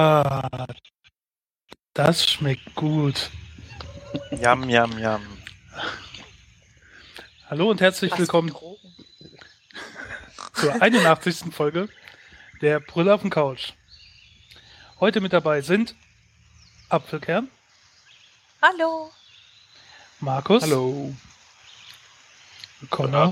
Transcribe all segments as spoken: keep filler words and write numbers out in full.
Ah, das schmeckt gut. Yam, yam, yam. Hallo und herzlich Was willkommen für Drogen? zur einundachtzigsten Folge der Brille auf dem Couch. Heute mit dabei sind Apfelkern, Hallo. Markus, Hallo. Connor,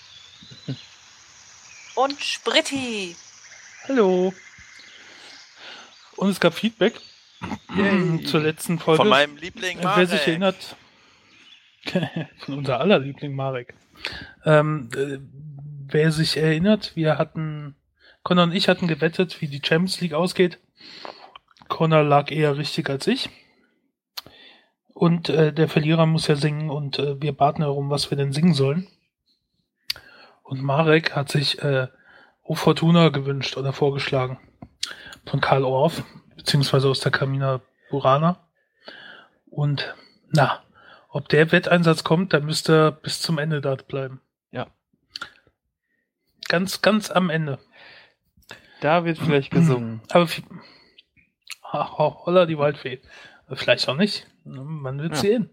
Und Spritti. hallo. Und es gab Feedback Yay. zur letzten Folge. Von meinem Liebling Marek. Wer sich erinnert, von unser aller Liebling Marek. Ähm, äh, wer sich erinnert, wir hatten, Connor und ich hatten gewettet, wie die Champions League ausgeht. Connor lag eher richtig als ich. Und äh, der Verlierer muss ja singen und äh, wir baten darum, was wir denn singen sollen. Und Marek hat sich äh, O Fortuna gewünscht oder vorgeschlagen. Von Karl Orff, beziehungsweise aus der Carmina Burana. Und na, ob der Wetteinsatz kommt, dann müsste er bis zum Ende da bleiben. Ja. Ganz, ganz am Ende. Da wird vielleicht gesungen. Aber fi- Ha- ho- holla die Waldfee. Vielleicht auch nicht. Man wird Ja. sehen.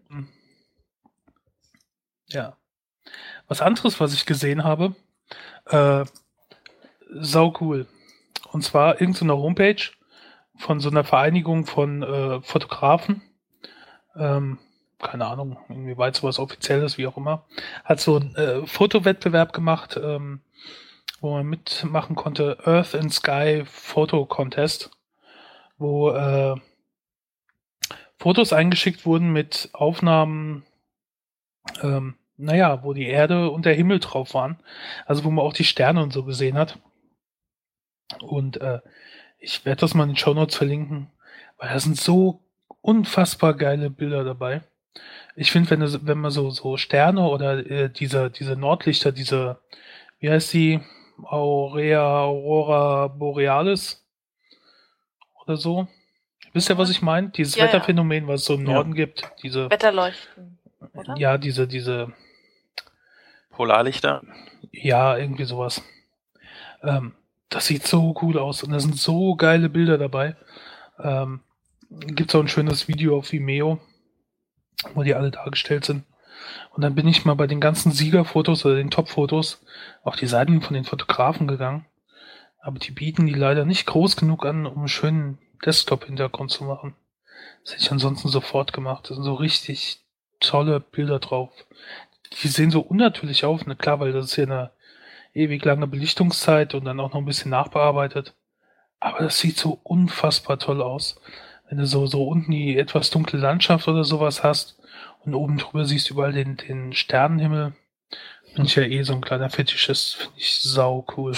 Ja. Was anderes, was ich gesehen habe, äh, sau cool. Und zwar irgendeine Homepage von so einer Vereinigung von äh, Fotografen. Ähm, keine Ahnung, inwieweit sowas offiziell ist, wie auch immer. Hat so einen äh, Fotowettbewerb gemacht, ähm, wo man mitmachen konnte. Earth and Sky Photo Contest, wo äh, Fotos eingeschickt wurden mit Aufnahmen, ähm, naja, wo die Erde und der Himmel drauf waren. Also wo man auch die Sterne und so gesehen hat. Und äh, ich werde das mal in den Shownotes verlinken, weil da sind so unfassbar geile Bilder dabei. Ich finde, wenn, das- wenn man so, so Sterne oder äh, diese, diese Nordlichter, diese, wie heißt die, Aurea, Aurora Borealis oder so. Wisst ihr, was ich meine? Dieses Ja, ja. Wetterphänomen, was es so im Ja. Norden gibt. Diese, Wetterleuchten, oder? ja, diese, diese, Polarlichter. ja, irgendwie sowas. Ähm, das sieht so cool aus und da sind so geile Bilder dabei. Ähm, gibt's auch ein schönes Video auf Vimeo, wo die alle dargestellt sind. Und dann bin ich mal bei den ganzen Siegerfotos oder den Top-Fotos auf die Seiten von den Fotografen gegangen. Aber die bieten die leider nicht groß genug an, um einen schönen Desktop-Hintergrund zu machen. Das hätte ich ansonsten sofort gemacht. Da sind so richtig tolle Bilder drauf. Die sehen so unnatürlich aus, ne, klar, weil das ist ja eine ewig lange Belichtungszeit und dann auch noch ein bisschen nachbearbeitet. Aber das sieht so unfassbar toll aus. Wenn du so, so unten die etwas dunkle Landschaft oder sowas hast und oben drüber siehst du überall den, den Sternenhimmel. Bin ich ja eh so ein kleiner Fetischist, finde ich sau cool.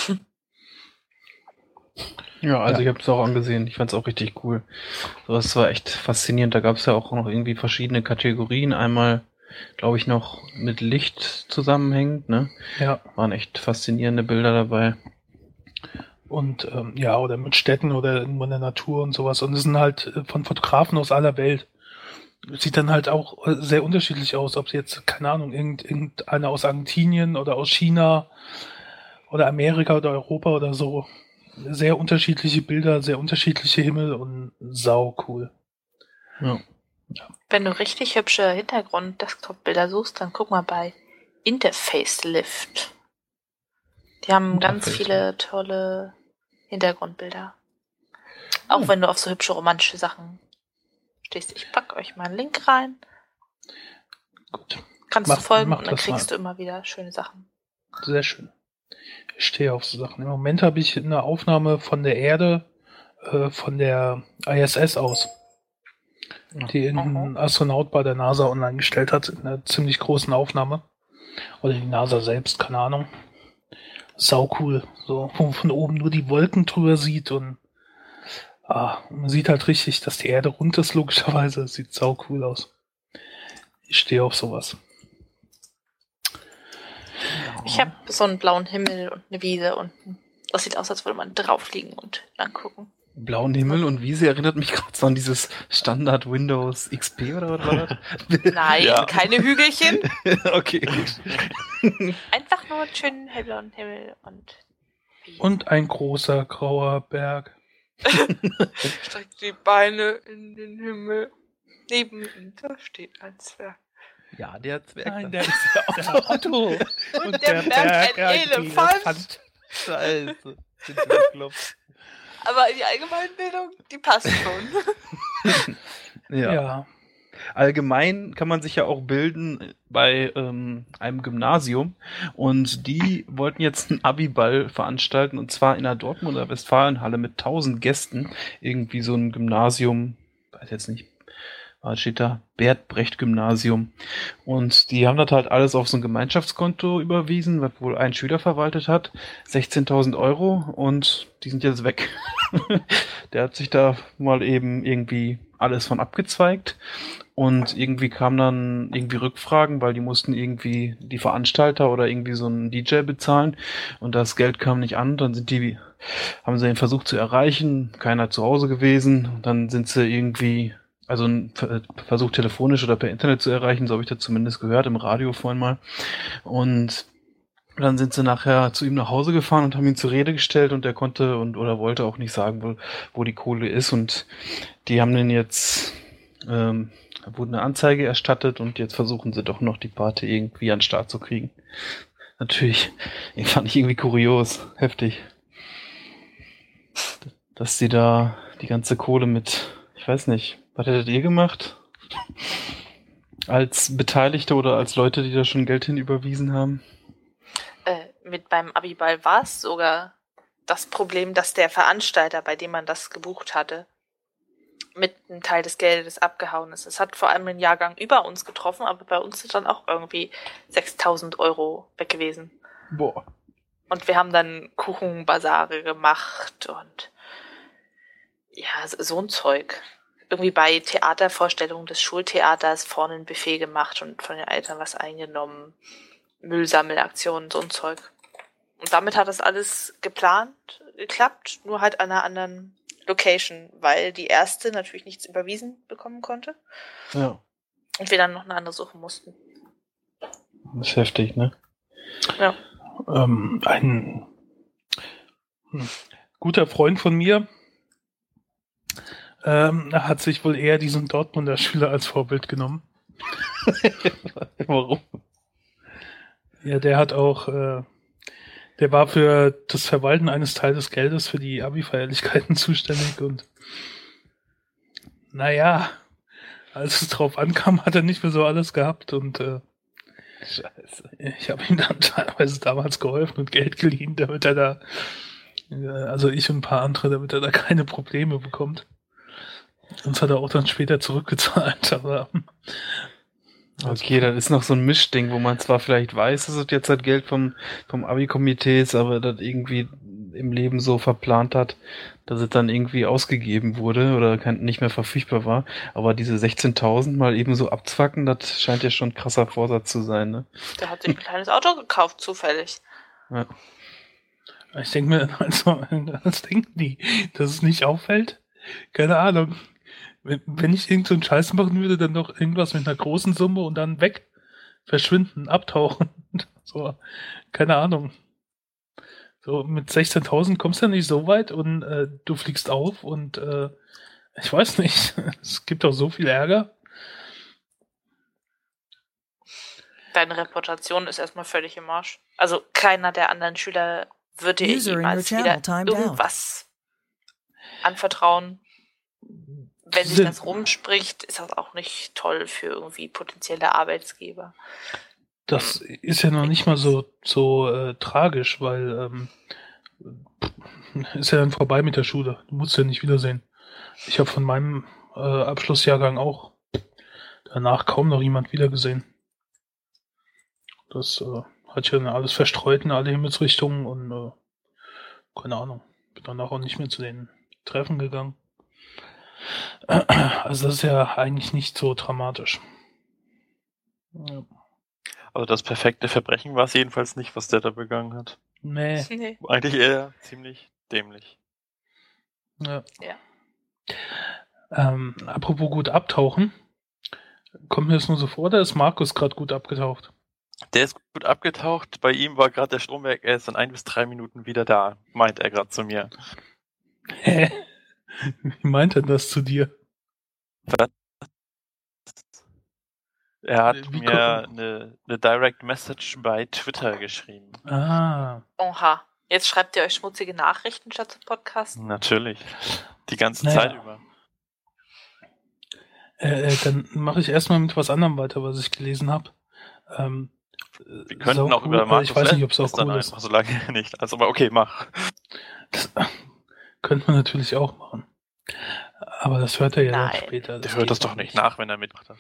Ja, also Ja. ich habe es auch angesehen. Ich fand es auch richtig cool. So, das war echt faszinierend. Da gab es ja auch noch irgendwie verschiedene Kategorien. Einmal, glaube ich, noch mit Licht zusammenhängend. Ne? Ja. Waren echt faszinierende Bilder dabei. Und ähm, ja, oder mit Städten oder irgendwo in der Natur und sowas. Und es sind halt äh, von Fotografen aus aller Welt. Sieht dann halt auch äh, sehr unterschiedlich aus, ob sie jetzt, keine Ahnung, irgend, irgendeiner aus Argentinien oder aus China oder Amerika oder Europa oder so. Sehr unterschiedliche Bilder, sehr unterschiedliche Himmel und sau cool. Ja. Wenn du richtig hübsche Hintergrund-Desktop-Bilder suchst, dann guck mal bei Interface Lift. Die haben ganz Interface viele tolle Hintergrundbilder. Auch Oh. wenn du auf so hübsche romantische Sachen stehst. Ich pack euch mal einen Link rein. Gut, Kannst Mach- du folgen mach und dann das kriegst mal. du immer wieder schöne Sachen. sehr schön. Ich stehe auf so Sachen. Im Moment habe ich eine Aufnahme von der Erde, äh, von der I S S aus, die irgendein Astronaut bei der NASA online gestellt hat, in einer ziemlich großen Aufnahme. Oder die NASA selbst, keine Ahnung. Sau cool. So, wo man von oben nur die Wolken drüber sieht und ah, man sieht halt richtig, dass die Erde rund ist, logischerweise. Das sieht sau cool aus. Ich stehe auf sowas. Ich habe so einen blauen Himmel und eine Wiese unten. Das sieht aus, als würde man drauf liegen und lang gucken. Blauen Himmel und Wiese erinnert mich gerade so an dieses Standard Windows X P oder was war das? Nein, Ja. keine Hügelchen. Okay. Einfach nur einen schönen hellblauen Himmel und Wiese. Und ein großer grauer Berg. Streckt die Beine in den Himmel. Neben ihm, da steht ein Zwerg. Ja, der Zwerg. Nein, der ist der Otto. Otto. Und, und der, der Berg ein Elefant. Scheiße. Sind wir bekloppt. Aber die Allgemeinbildung, die passt schon. Ja. Ja. Allgemein kann man sich ja auch bilden bei ähm, einem Gymnasium und die wollten jetzt einen Abiball veranstalten und zwar in der Dortmunder Westfalenhalle mit tausend Gästen. Irgendwie so ein Gymnasium, weiß jetzt nicht, was steht da? Bert-Brecht-Gymnasium. Und die haben das halt alles auf so ein Gemeinschaftskonto überwiesen, was wohl ein Schüler verwaltet hat. sechzehntausend Euro und die sind jetzt weg. Der hat sich da mal eben irgendwie alles von abgezweigt. Und irgendwie kamen dann irgendwie Rückfragen, weil die mussten irgendwie die Veranstalter oder irgendwie so einen D J bezahlen und das Geld kam nicht an. Dann sind die, haben sie den versucht zu erreichen, keiner zu Hause gewesen. Und dann sind sie irgendwie, also ein Versuch telefonisch oder per Internet zu erreichen, so habe ich das zumindest gehört, im Radio vorhin mal. Und dann sind sie nachher zu ihm nach Hause gefahren und haben ihn zur Rede gestellt und er konnte und oder wollte auch nicht sagen, wo, wo die Kohle ist. Und die haben den jetzt, ähm, da wurde eine Anzeige erstattet und jetzt versuchen sie doch noch die Party irgendwie an den Start zu kriegen. Natürlich, fand ich irgendwie kurios, heftig. Dass die da die ganze Kohle mit, ich weiß nicht, was hättet ihr gemacht? Als Beteiligte oder als Leute, die da schon Geld hinüberwiesen haben? Äh, mit beim Abiball war es sogar das Problem, dass der Veranstalter, bei dem man das gebucht hatte, mit einem Teil des Geldes abgehauen ist. Es hat vor allem den Jahrgang über uns getroffen, aber bei uns sind dann auch irgendwie sechstausend Euro weg gewesen. Boah. Und wir haben dann Kuchenbasare gemacht und ja, so ein Zeug. Irgendwie bei Theatervorstellungen des Schultheaters vorne ein Buffet gemacht und von den Eltern was eingenommen. Müllsammelaktionen, so ein Zeug. Und damit hat das alles geplant, geklappt, nur halt an einer anderen Location, weil die erste natürlich nichts überwiesen bekommen konnte. Ja. Und wir dann noch eine andere suchen mussten. Das ist heftig, ne? Ja. Ähm, ein hm, guter Freund von mir ähm, hat sich wohl eher diesen Dortmunder Schüler als Vorbild genommen. Warum? Ja, der hat auch, äh, der war für das Verwalten eines Teils des Geldes für die Abi-Feierlichkeiten zuständig und naja, als es drauf ankam, hat er nicht mehr so alles gehabt und äh, Scheiße. ich habe ihm dann teilweise damals geholfen und Geld geliehen, damit er da, äh, also ich und ein paar andere, damit er da keine Probleme bekommt. Uns hat er auch dann später zurückgezahlt, aber Okay, das ist noch so ein Mischding, wo man zwar vielleicht weiß, dass es jetzt halt Geld vom, vom Abi-Komitee ist, aber das irgendwie im Leben so verplant hat, dass es dann irgendwie ausgegeben wurde oder kein, nicht mehr verfügbar war. Aber diese sechzehntausend mal eben so abzwacken, das scheint ja schon ein krasser Vorsatz zu sein, ne? Der hat sich ein kleines Auto gekauft, zufällig. Ja. ich denke mir, also, was denken die, dass es nicht auffällt? Keine Ahnung. Wenn, wenn ich irgend so einen Scheiß machen würde, dann doch irgendwas mit einer großen Summe und dann weg, verschwinden, abtauchen. So, keine Ahnung. So, mit sechzehntausend kommst du ja nicht so weit und äh, du fliegst auf und äh, ich weiß nicht, es gibt doch so viel Ärger. Deine Reputation ist erstmal völlig im Arsch. Also keiner der anderen Schüler würde ihr User in your jemals channel wieder timed out. irgendwas anvertrauen. Wenn sich Sind- das rumspricht, ist das auch nicht toll für irgendwie potenzielle Arbeitsgeber. Das ist ja noch nicht mal so so äh, tragisch, weil ähm, ist ja dann vorbei mit der Schule. Du musst ja nicht wiedersehen. Ich habe von meinem äh, Abschlussjahrgang auch danach kaum noch jemand wiedergesehen. Das äh, hat ja dann alles verstreut in alle Himmelsrichtungen und äh, keine Ahnung. Bin danach auch nicht mehr zu den Treffen gegangen. Also das ist ja eigentlich nicht so dramatisch. Ja. Also das perfekte Verbrechen war es jedenfalls nicht, was der da begangen hat. Nee. Nee. Eigentlich eher ziemlich dämlich. Ja. Ja. Ähm, apropos gut abtauchen. Kommt mir das nur so vor, da ist Markus gerade gut abgetaucht. Der ist gut abgetaucht. Bei ihm war gerade der Strom weg. Er ist in ein bis drei Minuten wieder da, meint er gerade zu mir. Hä? Wie meint er das zu dir? Er hat Wie mir ko- eine, eine Direct Message bei Twitter geschrieben. Ah, Oha. Jetzt schreibt ihr euch schmutzige Nachrichten statt zum Podcast? Natürlich. Die ganze Naja. Zeit über. äh, äh, dann mache ich erstmal mit was anderem weiter, was ich gelesen habe. Ähm, Wir könnten auch cool, über Markus Ich weiß nicht, ob es auch Lästern cool ist. einfach so lange nicht. Also, aber okay, mach. Das könnte man natürlich auch machen. Aber das hört er ja dann Nein. später. Der geht hört das noch doch nicht nach, wenn er mitmacht.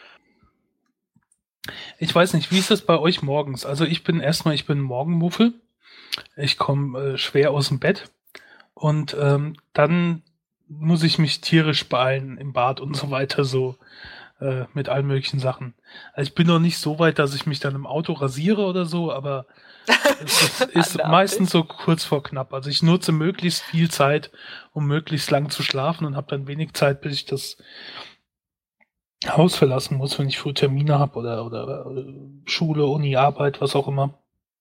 Ich weiß nicht, wie ist das bei euch morgens? Also ich bin erstmal, ich bin Morgenmuffel. Ich komme äh, schwer aus dem Bett. Und ähm, dann muss ich mich tierisch beeilen im Bad und so weiter, so äh, mit allen möglichen Sachen. Also ich bin noch nicht so weit, dass ich mich dann im Auto rasiere oder so, aber es ist, ist Anderartig. meistens so kurz vor knapp. Also ich nutze möglichst viel Zeit, um möglichst lang zu schlafen und habe dann wenig Zeit, bis ich das Haus verlassen muss, wenn ich früh Termine habe oder, oder, oder Schule, Uni, Arbeit, was auch immer.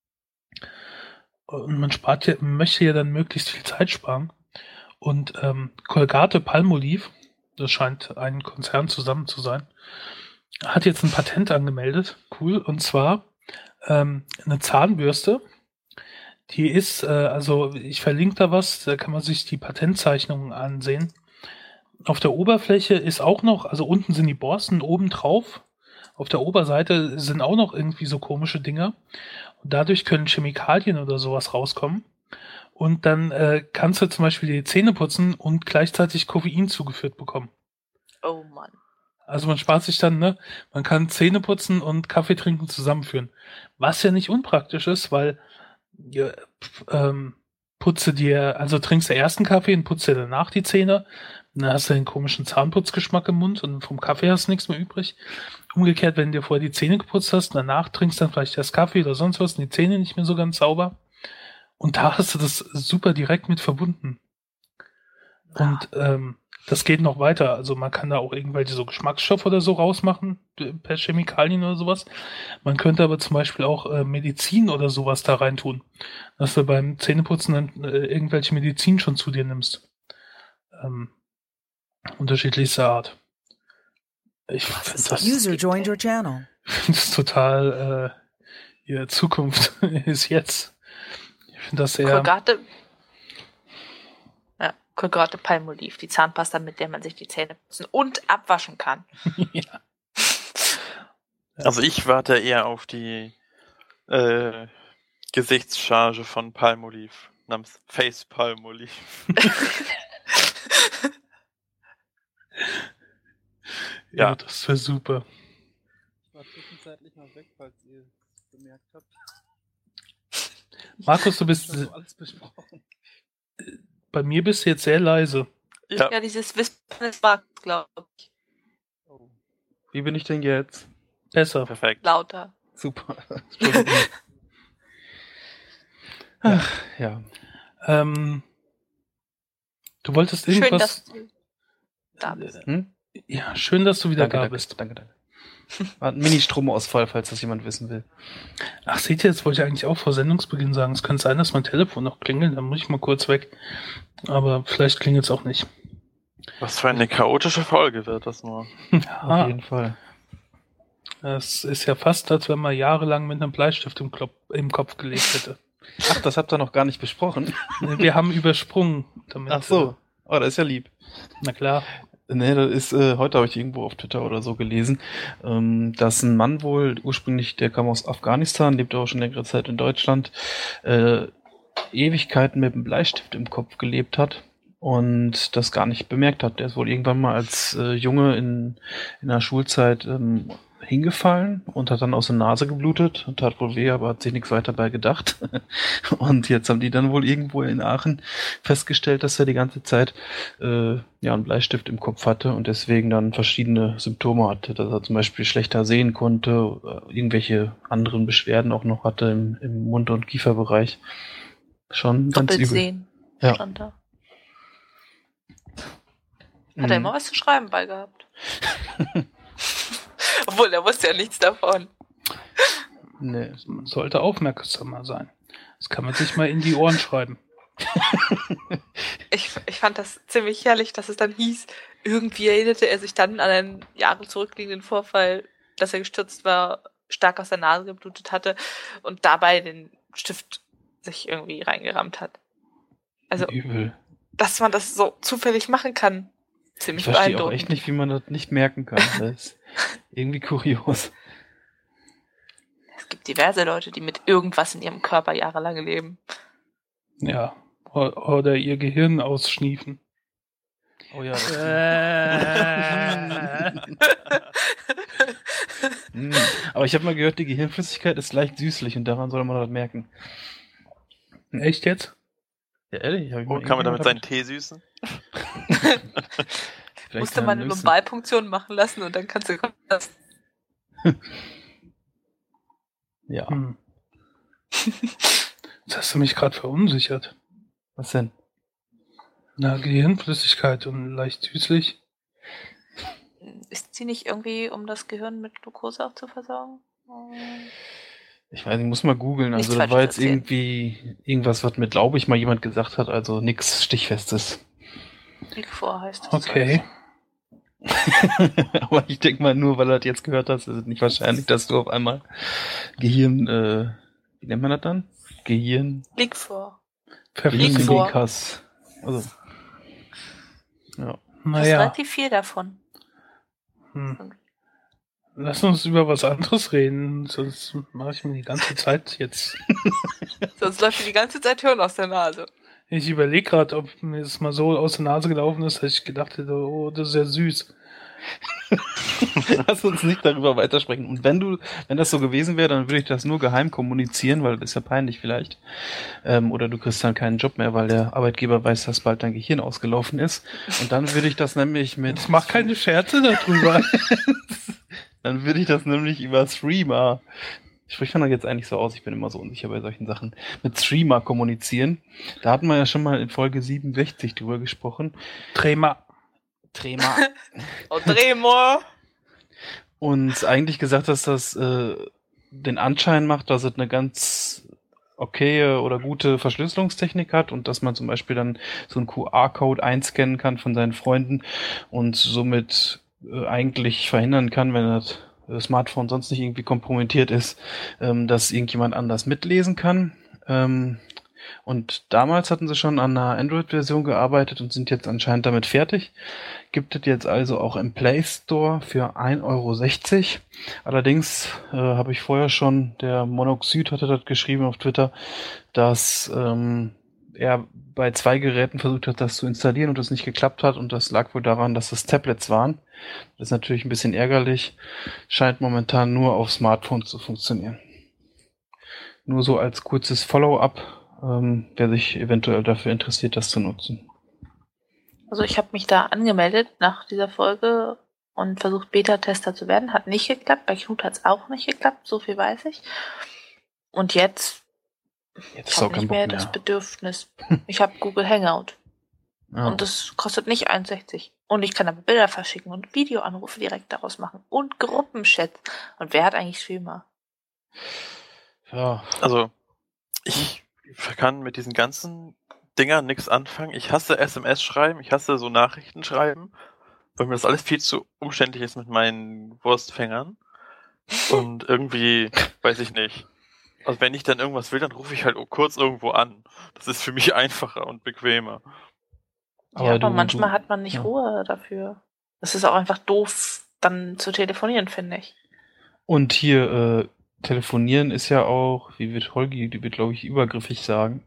Und man spart ja, man möchte ja dann möglichst viel Zeit sparen. Und ähm, Colgate Palmolive, das scheint ein Konzern zusammen zu sein, hat jetzt ein Patent angemeldet. Cool. Und zwar ähm, eine Zahnbürste. Die ist, äh, also ich verlinke da was, da kann man sich die Patentzeichnungen ansehen. Auf der Oberfläche ist auch noch, also unten sind die Borsten, oben drauf. Auf der Oberseite sind auch noch irgendwie so komische Dinger. Und dadurch können Chemikalien oder sowas rauskommen. Und dann äh, kannst du zum Beispiel die Zähne putzen und gleichzeitig Koffein zugeführt bekommen. Oh Mann. Also man spart sich dann, ne? Man kann Zähne putzen und Kaffee trinken zusammenführen. Was ja nicht unpraktisch ist, weil ja, pf, ähm, putze dir, also trinkst du erst einen Kaffee und putzt dir danach die Zähne. Dann hast du den komischen Zahnputzgeschmack im Mund und vom Kaffee hast du nichts mehr übrig. Umgekehrt, wenn du dir vorher die Zähne geputzt hast, danach trinkst du dann vielleicht erst Kaffee oder sonst was und die Zähne nicht mehr so ganz sauber. Und da hast du das super direkt mit verbunden. Und ähm, das geht noch weiter. Also man kann da auch irgendwelche so Geschmacksstoffe oder so rausmachen, per Chemikalien oder sowas. Man könnte aber zum Beispiel auch äh, Medizin oder sowas da reintun. Dass du beim Zähneputzen dann äh, irgendwelche Medizin schon zu dir nimmst. Ähm, unterschiedlichster Art. Ich finde das, User joined your channel. find das total äh, ja, Zukunft ist jetzt. Ich finde das sehr... Colgate. Ja, Colgate Palmolive, die Zahnpasta, mit der man sich die Zähne putzen und abwaschen kann. ja. Also ich warte eher auf die äh, Gesichtscharge von Palmolive namens Face Palmolive. ja, Ja. das wäre super. Ich war zwischenzeitlich mal weg, falls ihr es bemerkt habt. Markus, du bist... Ich habe so alles besprochen. Bei mir bist du jetzt sehr leise. Ja, Ja, dieses Wispern des Marktes, glaube ich. Oh. Wie bin ich denn jetzt? Besser. perfekt. Lauter. Super. Entschuldigung. Ach, ja. Ähm, du wolltest Schön, irgendwas... dass du da bist. Hm? Ja, schön, dass du wieder Danke, da danke, bist. danke, danke. War ein Mini-Stromausfall, falls das jemand wissen will. Ach, seht ihr, jetzt wollte ich eigentlich auch vor Sendungsbeginn sagen, es könnte sein, dass mein Telefon noch klingelt, dann muss ich mal kurz weg. Aber vielleicht klingelt es auch nicht. Was für eine chaotische Folge wird das nur. Auf Ja, jeden Fall. es ist ja fast, als wenn man jahrelang mit einem Bleistift im, Klop im Kopf gelebt hätte. Ach, das habt ihr noch gar nicht besprochen. Wir haben übersprungen. Damit, Ach so. Oh, das ist ja lieb. Äh, na klar. Nee, das ist, äh, heute habe ich irgendwo auf Twitter oder so gelesen, ähm, dass ein Mann wohl, ursprünglich, der kam aus Afghanistan, lebt auch schon längere Zeit in Deutschland, äh, Ewigkeiten mit einem Bleistift im Kopf gelebt hat und das gar nicht bemerkt hat. Der ist wohl irgendwann mal als äh, Junge in, in der Schulzeit ähm, hingefallen und hat dann aus der Nase geblutet und tat wohl weh, aber hat sich nichts weiter bei gedacht. Und jetzt haben die dann wohl irgendwo in Aachen festgestellt, dass er die ganze Zeit äh, ja einen Bleistift im Kopf hatte und deswegen dann verschiedene Symptome hatte, dass er zum Beispiel schlechter sehen konnte, äh, irgendwelche anderen Beschwerden auch noch hatte im, im Mund- und Kieferbereich. Schon ganz Doppelt übel. sehen. Ja. Stand da. Hat er Mhm. immer was zu schreiben bei gehabt? Obwohl, er wusste ja nichts davon. Nee. Man sollte aufmerksamer sein. Das kann man sich mal in die Ohren schreiben. Ich, ich fand das ziemlich herrlich, dass es dann hieß, irgendwie erinnerte er sich dann an einen Jahre zurückliegenden Vorfall, dass er gestürzt war, stark aus der Nase geblutet hatte und dabei den Stift sich irgendwie reingerammt hat. Also, Übel. dass man das so zufällig machen kann, ziemlich Ich verstehe auch beeindruckend. echt nicht, wie man das nicht merken kann. Das ist irgendwie kurios. Es gibt diverse Leute, die mit irgendwas in ihrem Körper jahrelang leben. Ja. O- Oder ihr Gehirn ausschniefen. Oh ja. Das Hm. Aber ich habe mal gehört, die Gehirnflüssigkeit ist leicht süßlich und daran soll man das merken. Echt jetzt? Ja, ehrlich? Hab ich Oh, mal kann man damit irgendjemand- seinen Tee süßen? Vielleicht Musste kann man eine Nüsse- Lumbalpunktion machen lassen und dann kannst du das. Ja. Hm. Jetzt hast du mich gerade verunsichert. Was denn? Na, Gehirnflüssigkeit und leicht süßlich. Ist sie nicht irgendwie, um das Gehirn mit Glucose auch zu versorgen? Ich weiß nicht, muss mal googeln. Nichts Also das war Falsches jetzt irgendwie irgendwas, was mir, glaube ich, mal jemand gesagt hat. Also nichts Stichfestes. Liegt vor, heißt das. Okay. Aber ich denke mal, nur weil du das jetzt gehört hast, ist es nicht wahrscheinlich, dass du auf einmal Gehirn, äh, wie nennt man das dann? Gehirn, Liegt vor. Verflixung. Liegt vor. Gehirnlekas. Also, ja. Das ist Naja. relativ viel davon. Hm. Lass uns über was anderes reden, sonst mache ich mir die ganze Zeit jetzt. Sonst läuft mir die ganze Zeit Hirn aus der Nase. Ich überlege gerade, ob mir das mal so aus der Nase gelaufen ist, dass ich gedacht hätte, oh, das ist ja süß. Lass uns nicht darüber weitersprechen. Und wenn du, wenn das so gewesen wäre, dann würde ich das nur geheim kommunizieren, weil das ist ja peinlich vielleicht. Ähm, oder du kriegst dann keinen Job mehr, weil der Arbeitgeber weiß, dass bald dein Gehirn ausgelaufen ist. Und dann würde ich das nämlich mit... Jetzt mach keine Scherze darüber. Dann würde ich das nämlich über Streamer, spricht man da jetzt eigentlich so aus, ich bin immer so unsicher bei solchen Sachen, mit Streamer kommunizieren. Da hatten wir ja schon mal in Folge siebenundsechzig drüber gesprochen. Trema. Trema. Und Drehmoor. Und eigentlich gesagt, dass das äh, den Anschein macht, dass es eine ganz okaye oder gute Verschlüsselungstechnik hat und dass man zum Beispiel dann so einen Q R-Code einscannen kann von seinen Freunden und somit äh, eigentlich verhindern kann, wenn das äh, Smartphone sonst nicht irgendwie kompromittiert ist, ähm, dass irgendjemand anders mitlesen kann. Ähm, und damals hatten sie schon an einer Android-Version gearbeitet und sind jetzt anscheinend damit fertig. Gibt es jetzt also auch im Play Store für ein Euro sechzig. Allerdings äh, habe ich vorher schon, der Monoxid hatte das geschrieben auf Twitter, dass ähm, er bei zwei Geräten versucht hat, das zu installieren und das nicht geklappt hat. Und das lag wohl daran, dass das Tablets waren. Das ist natürlich ein bisschen ärgerlich. Scheint momentan nur auf Smartphones zu funktionieren. Nur so als kurzes Follow-up, ähm, wer sich eventuell dafür interessiert, das zu nutzen. Also ich habe mich da angemeldet nach dieser Folge und versucht, Beta-Tester zu werden. Hat nicht geklappt. Bei Knut hat es auch nicht geklappt, so viel weiß ich. Und jetzt, Jetzt ich ist auch habe kein nicht Bock mehr mehr. das Bedürfnis. Ich habe Google Hangout. Ja. Und das kostet nicht eins sechzig. Und ich kann aber Bilder verschicken und Videoanrufe direkt daraus machen. Und Gruppenchat. Und wer hat eigentlich Streamer? Ja. Also, ich kann mit diesen ganzen Dingern nichts anfangen. Ich hasse S M S schreiben, ich hasse so Nachrichten schreiben, weil mir das alles viel zu umständlich ist mit meinen Wurstfängern. Und irgendwie, weiß ich nicht. Also wenn ich dann irgendwas will, dann rufe ich halt kurz irgendwo an. Das ist für mich einfacher und bequemer. Aber, ja, aber du- manchmal du- hat man nicht ja. Ruhe dafür. Das ist auch einfach doof, dann zu telefonieren, finde ich. Und hier, äh, telefonieren ist ja auch, wie wird Holgi, die wird, glaube ich, übergriffig sagen.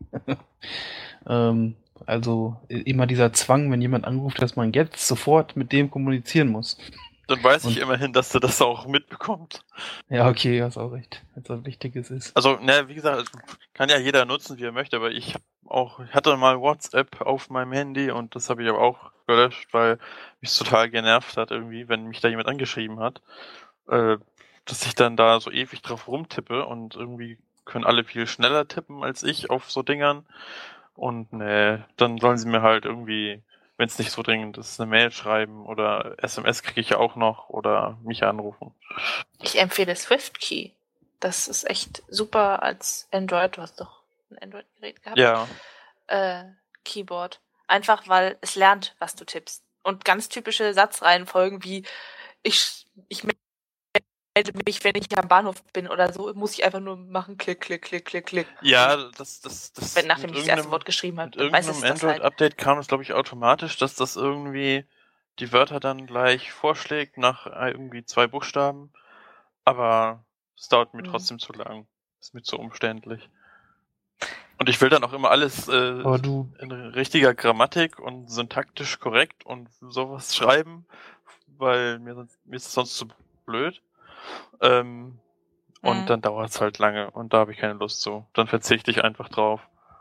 ähm, also äh, immer dieser Zwang, wenn jemand anruft, dass man jetzt sofort mit dem kommunizieren muss. Dann weiß ich Und- immerhin, dass du das auch mitbekommt. Ja, okay, hast auch recht, wenn es was Wichtiges ist. Also, ne, wie gesagt, kann ja jeder nutzen, wie er möchte, aber ich hab auch, ich hatte mal WhatsApp auf meinem Handy und das habe ich aber auch gelöscht, weil mich total genervt hat irgendwie, wenn mich da jemand angeschrieben hat, äh, dass ich dann da so ewig drauf rumtippe und irgendwie können alle viel schneller tippen als ich auf so Dingern und ne, dann sollen sie mir halt irgendwie, wenn es nicht so dringend ist, eine Mail schreiben oder S M S kriege ich ja auch noch oder mich anrufen. Ich empfehle SwiftKey. Das ist echt super als Android. Du hast doch ein Android-Gerät gehabt. Ja, äh, Keyboard. Einfach, weil es lernt, was du tippst. Und ganz typische Satzreihenfolgen wie ich, ich melde mich, wenn ich am Bahnhof bin oder so, muss ich einfach nur machen, klick, klick, klick, klick, klick. Ja, das, das, das. Wenn nachdem mit ich das erste irgendeinem- Wort geschrieben habe, Mit dann weiß es irgendeinem das halt. Android-Update kam es, glaube ich, automatisch, dass das irgendwie die Wörter dann gleich vorschlägt nach äh, irgendwie zwei Buchstaben. Aber es dauert mir Hm. trotzdem zu lang. Ist mir zu umständlich. Und ich will dann auch immer alles äh, Aber du, in richtiger Grammatik und syntaktisch korrekt und sowas schreiben, weil mir, sonst- mir ist es sonst zu blöd. Ähm, und Mhm. dann dauert es halt lange und da habe ich keine Lust zu. Dann verzichte ich einfach drauf.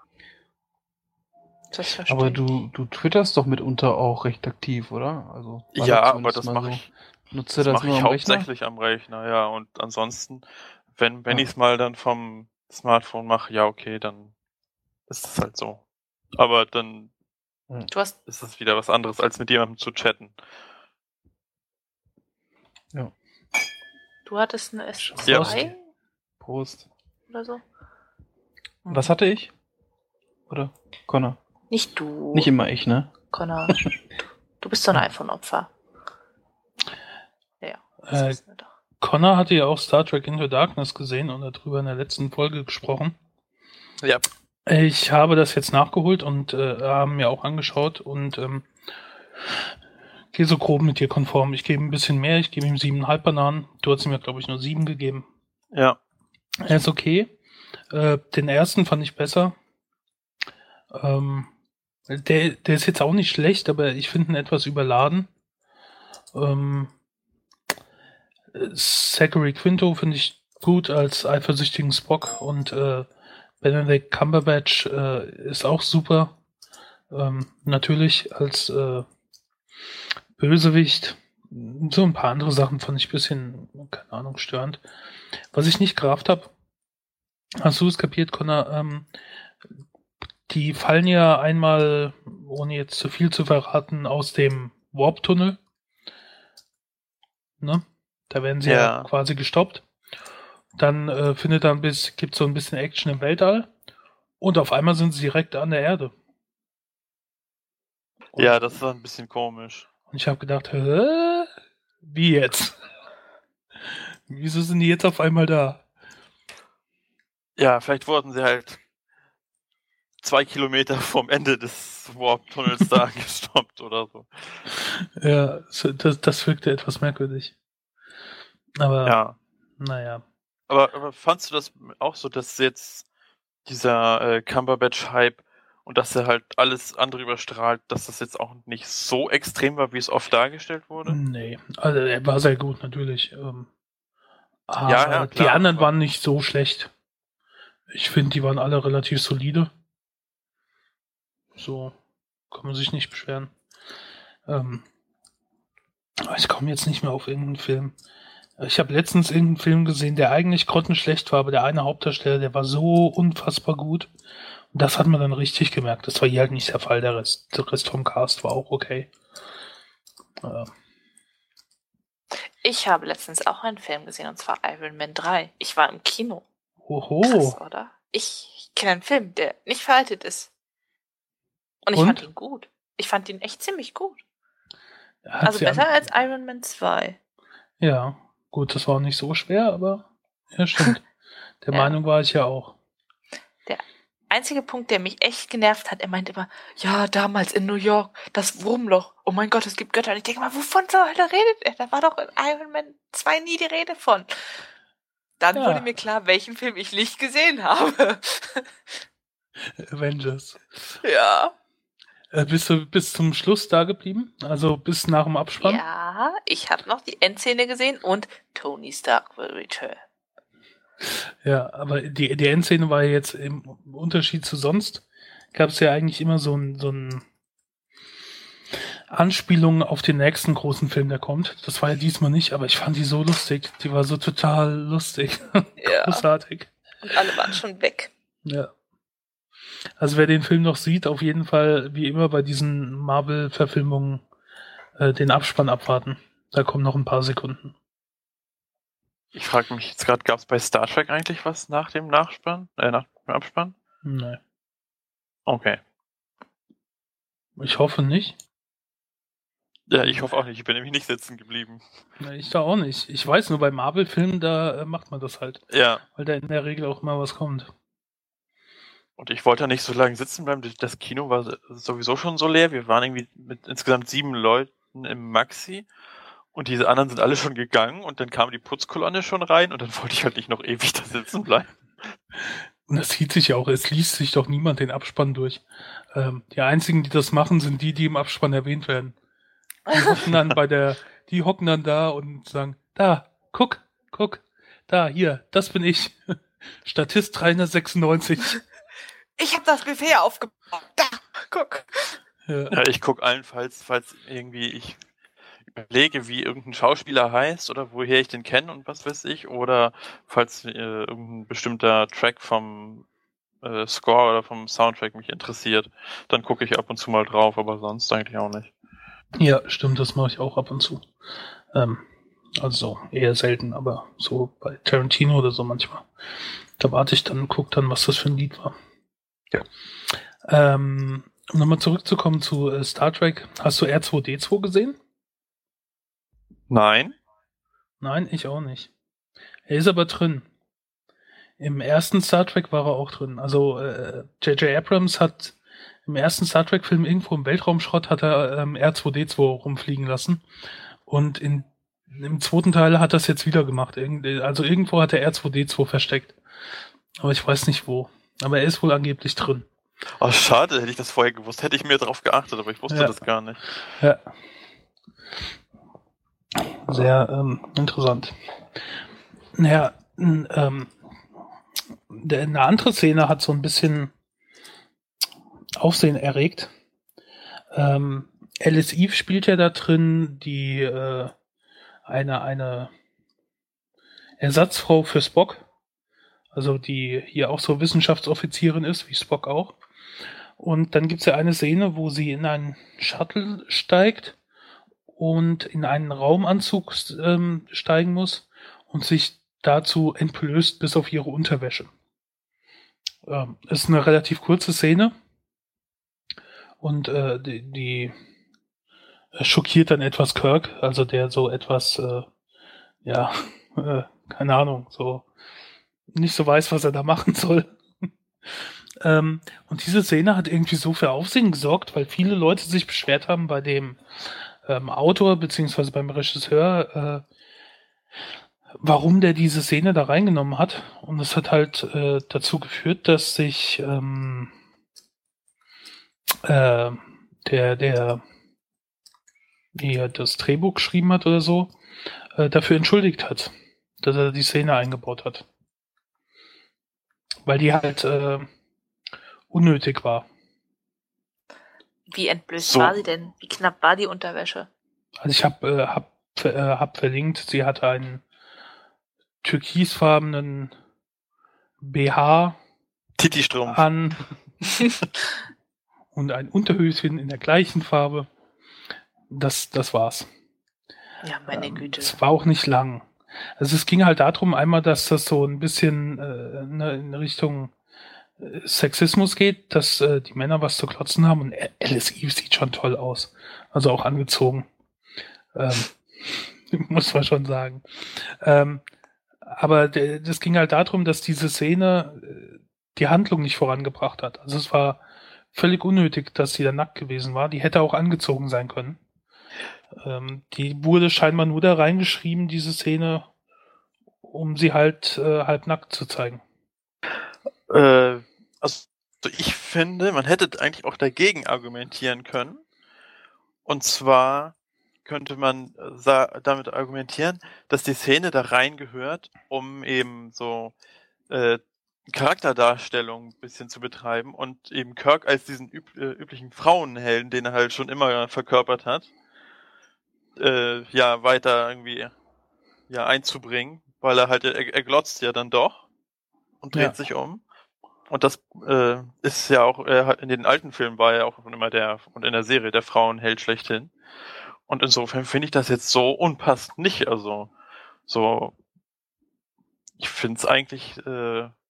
Das verstehe aber ich. du, du twitterst doch mitunter auch recht aktiv, oder? Also war Ja, das aber zumindest das mal mache so. ich, Nutzt ihr das das mache nur ich am Rechner? hauptsächlich am Rechner, ja. Und ansonsten, wenn, wenn Ja. ich es mal dann vom Smartphone mache, ja okay, dann ist es halt so. Aber dann Du hast, ist es wieder was anderes, als mit jemandem zu chatten. du hattest eine S Ja. zwei Prost. oder so? Was hatte ich? Oder? Connor? Nicht du, Nicht immer ich, ne? Connor. Du, du bist so ein iPhone-Opfer. Ja, das Äh, wissen wir doch. Connor hatte ja auch Star Trek Into Darkness gesehen und darüber in der letzten Folge gesprochen. Ja. Ich habe das jetzt nachgeholt und äh, haben mir auch angeschaut und ähm, gehe so grob mit dir konform. Ich gebe ein bisschen mehr, ich gebe ihm siebeneinhalb Bananen. Du hast mir, glaube ich, nur sieben gegeben. Ja. Er ist okay. Äh, den ersten fand ich besser. Ähm, der, der ist jetzt auch nicht schlecht, aber ich finde ihn etwas überladen. Ähm, Zachary Quinto finde ich gut als eifersüchtigen Spock und äh, Benedict Cumberbatch äh, ist auch super. Ähm, natürlich als äh, Bösewicht. So ein paar andere Sachen fand ich ein bisschen, keine Ahnung, störend. Was ich nicht gerafft habe, hast du es kapiert, Connor? Ähm, die fallen ja einmal, ohne jetzt zu viel zu verraten, aus dem Warp-Tunnel. Ne? Da werden sie ja, Ja. quasi gestoppt. Dann äh, findet da ein bisschen, gibt so ein bisschen Action im Weltall. Und auf einmal sind sie direkt an der Erde. Und, Ja, das war ein bisschen komisch. und ich habe gedacht, hä? Wie jetzt? Wieso sind die jetzt auf einmal da? Ja, vielleicht wurden sie halt zwei Kilometer vom Ende des Warp-Tunnels da gestoppt oder so. Ja, so, das, das wirkte etwas merkwürdig. Aber, Ja. naja. Aber, aber fandst du das auch so, dass jetzt dieser äh, Cumberbatch-Hype und dass er halt alles andere überstrahlt, dass das jetzt auch nicht so extrem war, wie es oft dargestellt wurde? Nee, also er war sehr gut, natürlich. Ähm, aber Ja, ja, die klar, anderen aber- waren nicht so schlecht. Ich finde, die waren alle relativ solide. So, kann man sich nicht beschweren. Ähm, aber ich komme jetzt nicht mehr auf irgendeinen Film. Ich habe letztens irgendeinen Film gesehen, der eigentlich grottenschlecht war, aber der eine Hauptdarsteller, der war so unfassbar gut. Und das hat man dann richtig gemerkt. Das war hier halt nicht der Fall. Der Rest, der Rest vom Cast war auch okay. Äh, Ich habe letztens auch einen Film gesehen, und zwar Iron Man drei. Ich war im Kino. Hoho. Krass, oder? Ich, ich kenne einen Film, der nicht veraltet ist. Und ich Und? fand ihn gut. Ich fand ihn echt ziemlich gut. Hat Also sie besser an- als Iron Man zwei. Ja, gut, das war auch nicht so schwer, aber ja, stimmt. Der Ja. Meinung war ich ja auch. Einzige Punkt, der mich echt genervt hat, er meint immer, ja, damals in New York, das Wurmloch, oh mein Gott, es gibt Götter. Und ich denke mal, wovon zur Hölle redet er? Da war doch in Iron Man zwei nie die Rede von. Dann Ja. wurde mir klar, welchen Film ich nicht gesehen habe. Avengers. Ja. Äh, bist du bis zum Schluss da geblieben? Also bis nach dem Abspann? Ja, ich habe noch die Endszene gesehen und Tony Stark will return. Ja, aber die, die Endszene war ja jetzt im Unterschied zu sonst, gab es ja eigentlich immer so ein, so ein Anspielung auf den nächsten großen Film, der kommt. Das war ja diesmal nicht, aber ich fand die so lustig. Die war so total lustig. Ja. Großartig. Und alle waren schon weg. Ja. Also wer den Film noch sieht, auf jeden Fall, wie immer bei diesen Marvel-Verfilmungen, äh, den Abspann abwarten. Da kommen noch ein paar Sekunden. Ich frage mich jetzt gerade, gab es bei Star Trek eigentlich was nach dem Nachspann? Äh, nach dem Abspann? Nee. Okay. Ich hoffe nicht. Ja, ich hoffe auch nicht. Ich bin nämlich nicht sitzen geblieben. Na, ich da auch nicht. Ich weiß nur, bei Marvel-Filmen, da äh, macht man das halt. Ja. Weil da in der Regel auch mal was kommt. Und ich wollte da nicht so lange sitzen bleiben. Das Kino war sowieso schon so leer. Wir waren irgendwie mit insgesamt sieben Leuten im Maxi. Und diese anderen sind alle schon gegangen. Und dann kam die Putzkolonne schon rein. Und dann wollte ich halt nicht noch ewig da sitzen bleiben. Und das sieht sich ja auch. Es liest sich doch niemand den Abspann durch. Ähm, die einzigen, die das machen, sind die, die im Abspann erwähnt werden. Die hocken dann bei der, die hocken dann da und sagen, da, guck, guck, da, hier, das bin ich. Statist dreihundertsechsundneunzig. Ich habe das Buffet aufgebaut. Da, guck. Ja. Ja, ich gucke allenfalls, falls irgendwie ich überlege, wie irgendein Schauspieler heißt oder woher ich den kenne und was weiß ich. Oder falls äh, irgendein bestimmter Track vom äh, Score oder vom Soundtrack mich interessiert, dann gucke ich ab und zu mal drauf, aber sonst eigentlich auch nicht. Ja, stimmt, das mache ich auch ab und zu. Ähm, also eher selten, aber so bei Tarantino oder so manchmal. Da warte ich dann und gucke dann, was das für ein Lied war. Ja. Ähm, um nochmal zurückzukommen zu äh, Star Trek. Hast du R zwei D zwei gesehen? Nein. Nein, ich auch nicht. Er ist aber drin. Im ersten Star Trek war er auch drin. Also äh, J J Abrams hat im ersten Star Trek-Film irgendwo im Weltraumschrott hat er ähm, R zwei D zwei rumfliegen lassen. Und in, im zweiten Teil hat er es jetzt wieder gemacht. Irgend, also irgendwo hat er R zwei D zwei versteckt. Aber ich weiß nicht wo. Aber er ist wohl angeblich drin. Oh, schade, hätte ich das vorher gewusst, hätte ich mir darauf geachtet, aber ich wusste Ja. das gar nicht. Ja. Sehr ähm, interessant. Naja, n- ähm, der, eine andere Szene hat so ein bisschen Aufsehen erregt. Ähm, Alice Eve spielt ja da drin die äh, eine eine Ersatzfrau für Spock, also die hier auch so Wissenschaftsoffizierin ist, wie Spock auch. Und dann gibt's ja eine Szene, wo sie in einen Shuttle steigt und in einen Raumanzug ähm, steigen muss und sich dazu entblößt bis auf ihre Unterwäsche. Ähm, ist eine relativ kurze Szene und äh, die, die schockiert dann etwas Kirk, also der so etwas, äh, ja, äh, keine Ahnung, so nicht so weiß, was er da machen soll. ähm, und diese Szene hat irgendwie so für Aufsehen gesorgt, weil viele Leute sich beschwert haben bei dem ähm, Autor beziehungsweise beim Regisseur, äh, warum der diese Szene da reingenommen hat. Und das hat halt äh, dazu geführt, dass sich ähm, äh, der, der der das Drehbuch geschrieben hat oder so, äh, dafür entschuldigt hat, dass er die Szene eingebaut hat. Weil die halt äh, unnötig war. Wie entblößt So. war sie denn? Wie knapp war die Unterwäsche? Also ich habe äh, hab, äh, hab verlinkt, sie hatte einen türkisfarbenen B H Titi-Strumpf. an und ein Unterhöschen in der gleichen Farbe. Das, das war's. Ja, meine Ähm, Güte. Es war auch nicht lang. Also es ging halt darum, einmal, dass das so ein bisschen äh, ne, in Richtung äh, Sexismus geht, dass äh, die Männer was zu klotzen haben und Alice Eve sieht schon toll aus. Also auch angezogen. Ähm, muss man schon sagen. Ähm, aber de, das ging halt darum, dass diese Szene äh, die Handlung nicht vorangebracht hat. Also es war völlig unnötig, dass sie da nackt gewesen war. Die hätte auch angezogen sein können. Ähm, die wurde scheinbar nur da reingeschrieben, diese Szene, um sie halt äh, halbnackt zu zeigen. Äh, also ich finde, man hätte eigentlich auch dagegen argumentieren können. Und zwar könnte man äh, sa- damit argumentieren, dass die Szene da reingehört, um eben so äh, Charakterdarstellung ein bisschen zu betreiben und eben Kirk als diesen üb- äh, üblichen Frauenhelden, den er halt schon immer verkörpert hat, äh, ja, weiter irgendwie ja einzubringen, weil er halt, er, er glotzt ja dann doch und dreht Ja. sich um. Und das äh, ist ja auch, er hat, in den alten Filmen war er auch schon immer der, und in der Serie der Frauenheld schlechthin. Und insofern finde ich das jetzt so unpassend nicht. Also, so, ich finde es eigentlich, äh,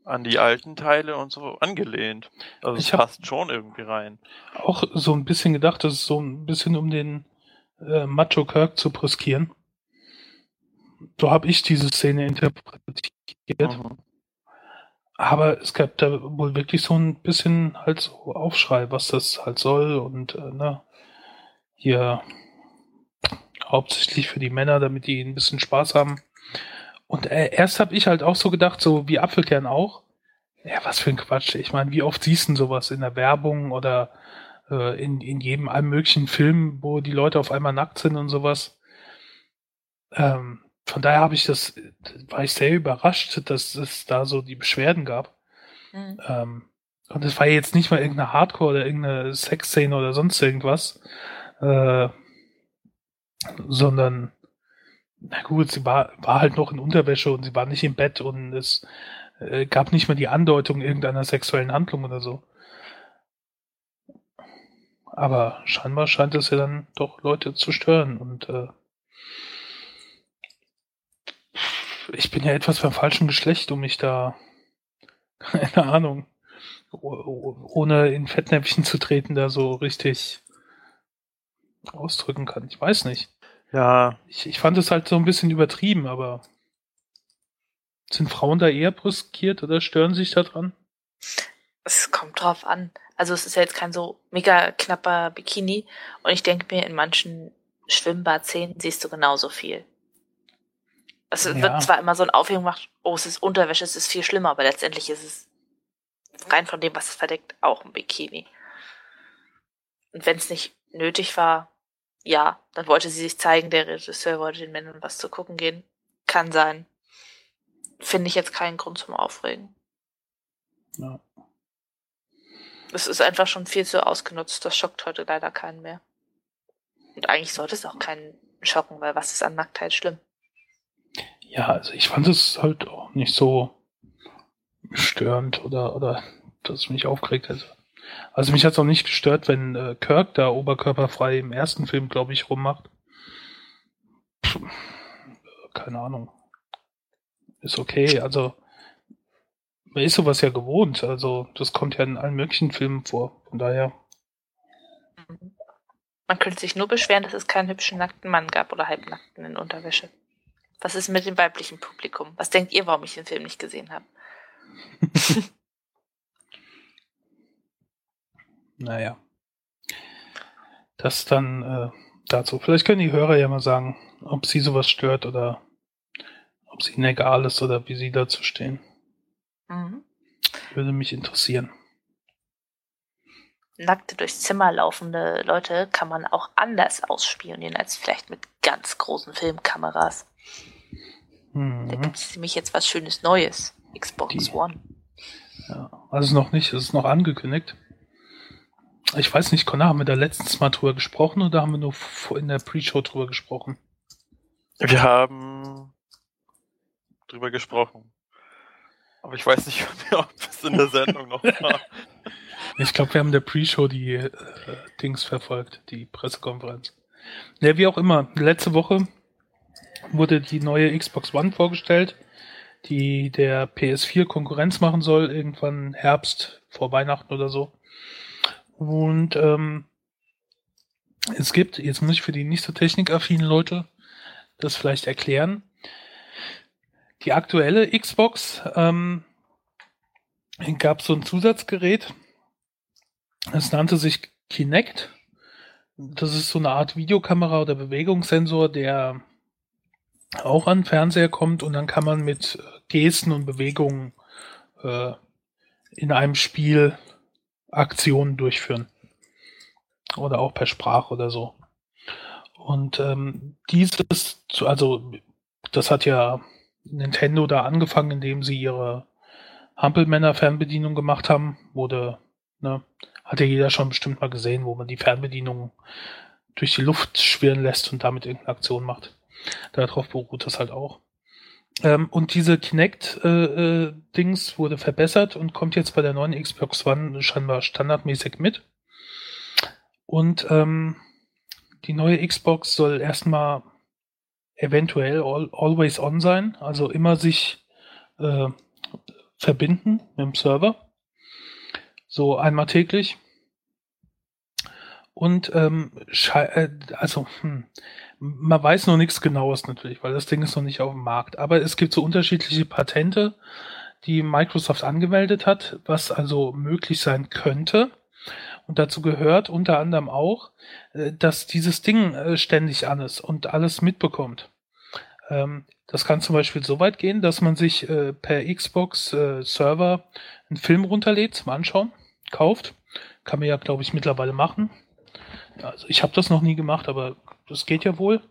an die alten Teile und so angelehnt. Also es Ich hab- passt schon irgendwie rein. Auch so ein bisschen gedacht, das ist so ein bisschen um den äh, Macho Kirk zu brüskieren. So habe ich diese Szene interpretiert. Mhm. Aber es gab da wohl wirklich so ein bisschen halt so Aufschrei, was das halt soll und äh, ne, hier hauptsächlich für die Männer, damit die ein bisschen Spaß haben. Und äh, erst habe ich halt auch so gedacht, so wie Apfelkern auch, ja, was für ein Quatsch. Ich meine, wie oft siehst du sowas in der Werbung oder äh, in, in jedem allem möglichen Film, wo die Leute auf einmal nackt sind und sowas. Ähm, von daher habe ich das, war ich sehr überrascht, dass es da so die Beschwerden gab. Hm. Ähm, und es war jetzt nicht mal irgendeine Hardcore oder irgendeine Sexszene oder sonst irgendwas, äh, sondern, na gut, sie war, war halt noch in Unterwäsche und sie war nicht im Bett und es äh, gab nicht mal die Andeutung irgendeiner sexuellen Handlung oder so. Aber scheinbar scheint es ja dann doch Leute zu stören und äh, ich bin ja etwas beim falschen Geschlecht, um mich da, keine Ahnung, oh- ohne in Fettnäpfchen zu treten, da so richtig ausdrücken kann. Ich weiß nicht. Ja, Ich, ich fand es halt so ein bisschen übertrieben, aber sind Frauen da eher brüskiert oder stören sich da dran? Es kommt drauf an. Also es ist ja jetzt kein so mega knapper Bikini und ich denke mir, in manchen Schwimmbadszenen siehst du genauso viel. Es Ja. wird zwar immer so ein Aufhängung gemacht, oh, es ist Unterwäsche, es ist viel schlimmer, aber letztendlich ist es rein von dem, was es verdeckt, auch ein Bikini. Und wenn es nicht nötig war, ja, dann wollte sie sich zeigen, der Regisseur wollte den Männern was zu gucken gehen. Kann sein. Finde ich jetzt keinen Grund zum Aufregen. Ja. Es ist einfach schon viel zu ausgenutzt. Das schockt heute leider keinen mehr. Und eigentlich sollte es auch keinen schocken, weil was ist an Nacktheit schlimm? Ja, also ich fand es halt auch nicht so störend oder, oder dass es mich aufgeregt hätte. Also mich hat es auch nicht gestört, wenn äh, Kirk da oberkörperfrei im ersten Film, glaube ich, rummacht. Pff, keine Ahnung. Ist okay, also man ist sowas ja gewohnt, also das kommt ja in allen möglichen Filmen vor, von daher. Man könnte sich nur beschweren, dass es keinen hübschen nackten Mann gab oder halbnackten in Unterwäsche. Was ist mit dem weiblichen Publikum? Was denkt ihr, warum ich den Film nicht gesehen habe? Naja. Das dann äh, dazu. Vielleicht können die Hörer ja mal sagen, ob sie sowas stört oder ob es ihnen egal ist oder wie sie dazu stehen. Mhm. Würde mich interessieren. Nackte durchs Zimmer laufende Leute kann man auch anders ausspionieren als vielleicht mit ganz großen Filmkameras. Da Hm. gibt es nämlich jetzt was Schönes Neues. Xbox Die- One. Ja, also noch nicht, es ist noch angekündigt. Ich weiß nicht, Connor, haben wir da letztens mal drüber gesprochen oder haben wir nur vor- in der Pre-Show drüber gesprochen? wir haben drüber gesprochen. Aber ich weiß nicht, ob es in der Sendung noch war. Ich glaube, wir haben in der Pre-Show die äh, Dings verfolgt, die Pressekonferenz. Ja, wie auch immer, letzte Woche wurde die neue Xbox One vorgestellt, die der P S vier Konkurrenz machen soll, irgendwann Herbst vor Weihnachten oder so. Und ähm, es gibt, jetzt muss ich für die nicht so technikaffinen Leute das vielleicht erklären, die aktuelle Xbox ähm, gab so ein Zusatzgerät, es nannte sich Kinect. Das ist so eine Art Videokamera oder Bewegungssensor, der auch an den Fernseher kommt und dann kann man mit Gesten und Bewegungen äh, in einem Spiel Aktionen durchführen. Oder auch per Sprache oder so. Und ähm, dieses, also das hat ja Nintendo da angefangen, indem sie ihre Hampelmänner-Fernbedienung gemacht haben. Wurde, ne, hat ja jeder schon bestimmt mal gesehen, wo man die Fernbedienung durch die Luft schwirren lässt und damit irgendeine Aktion macht. Darauf beruht das halt auch. Ähm, und diese Kinect-Dings äh, äh, wurde verbessert und kommt jetzt bei der neuen Xbox One scheinbar standardmäßig mit. Und ähm, die neue Xbox soll erstmal eventuell all, always on sein, also immer sich äh, verbinden mit dem Server. So einmal täglich. Und ähm, also hm, man weiß noch nichts Genaues natürlich, weil das Ding ist noch nicht auf dem Markt. Aber es gibt so unterschiedliche Patente, die Microsoft angemeldet hat, was also möglich sein könnte. Und dazu gehört unter anderem auch, dass dieses Ding ständig an ist und alles mitbekommt. Das kann zum Beispiel so weit gehen, dass man sich per Xbox-Server einen Film runterlädt zum Anschauen, kauft. Kann man ja, glaube ich, mittlerweile machen. Also ich habe das noch nie gemacht, aber das geht ja wohl.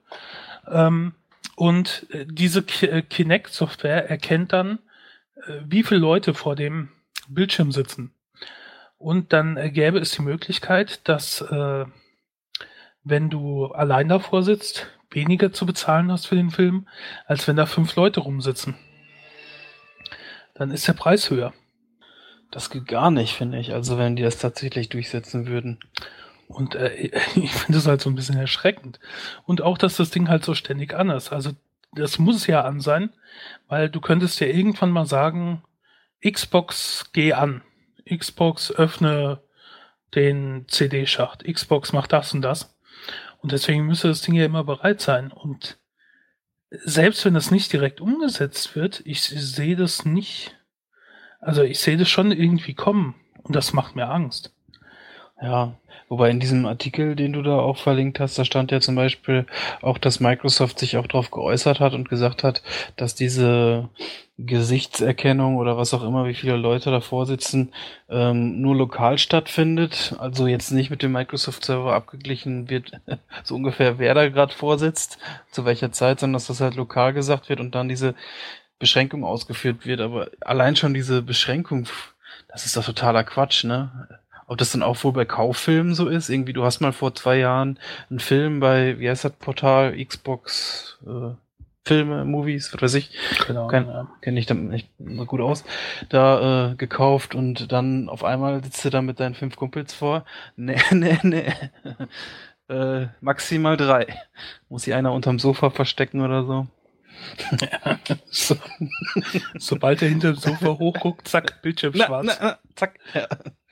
Und diese Kinect-Software erkennt dann, wie viele Leute vor dem Bildschirm sitzen. Und dann gäbe es die Möglichkeit, dass äh, wenn du allein davor sitzt, weniger zu bezahlen hast für den Film, als wenn da fünf Leute rumsitzen. Dann ist der Preis höher. Das geht gar nicht, finde ich. Also wenn die das tatsächlich durchsetzen würden. Und äh, ich finde das halt so ein bisschen erschreckend. Und auch, dass das Ding halt so ständig an ist. Also das muss ja an sein, weil du könntest ja irgendwann mal sagen, Xbox, geh an. Xbox, öffne den C D-Schacht. Xbox macht das und das. Und deswegen müsste das Ding ja immer bereit sein. Und selbst wenn das nicht direkt umgesetzt wird, ich sehe das nicht. Also ich sehe das schon irgendwie kommen. Und das macht mir Angst. Ja, wobei in diesem Artikel, den du da auch verlinkt hast, da stand ja zum Beispiel auch, dass Microsoft sich auch darauf geäußert hat und gesagt hat, dass diese Gesichtserkennung oder was auch immer, wie viele Leute davor sitzen, ähm, nur lokal stattfindet. Also jetzt nicht mit dem Microsoft-Server abgeglichen wird, so ungefähr, wer da gerade vorsitzt, zu welcher Zeit, sondern dass das halt lokal gesagt wird und dann diese Beschränkung ausgeführt wird. Aber allein schon diese Beschränkung, das ist doch totaler Quatsch, ne? Ob das dann auch wohl bei Kauffilmen so ist? Irgendwie, du hast mal vor zwei Jahren einen Film bei, wie heißt das Portal, Xbox, äh, Filme, Movies, was weiß ich, Genau, Kein, ja. kenne ich damit nicht so gut aus, da äh, gekauft und dann auf einmal sitzt du da mit deinen fünf Kumpels vor. Nee, nee, nee. äh, maximal drei. Muss sich einer unterm Sofa verstecken oder so. So. Sobald er hinter dem Sofa hochguckt, zack, Bildschirm Na, schwarz. na, na, zack. Ja.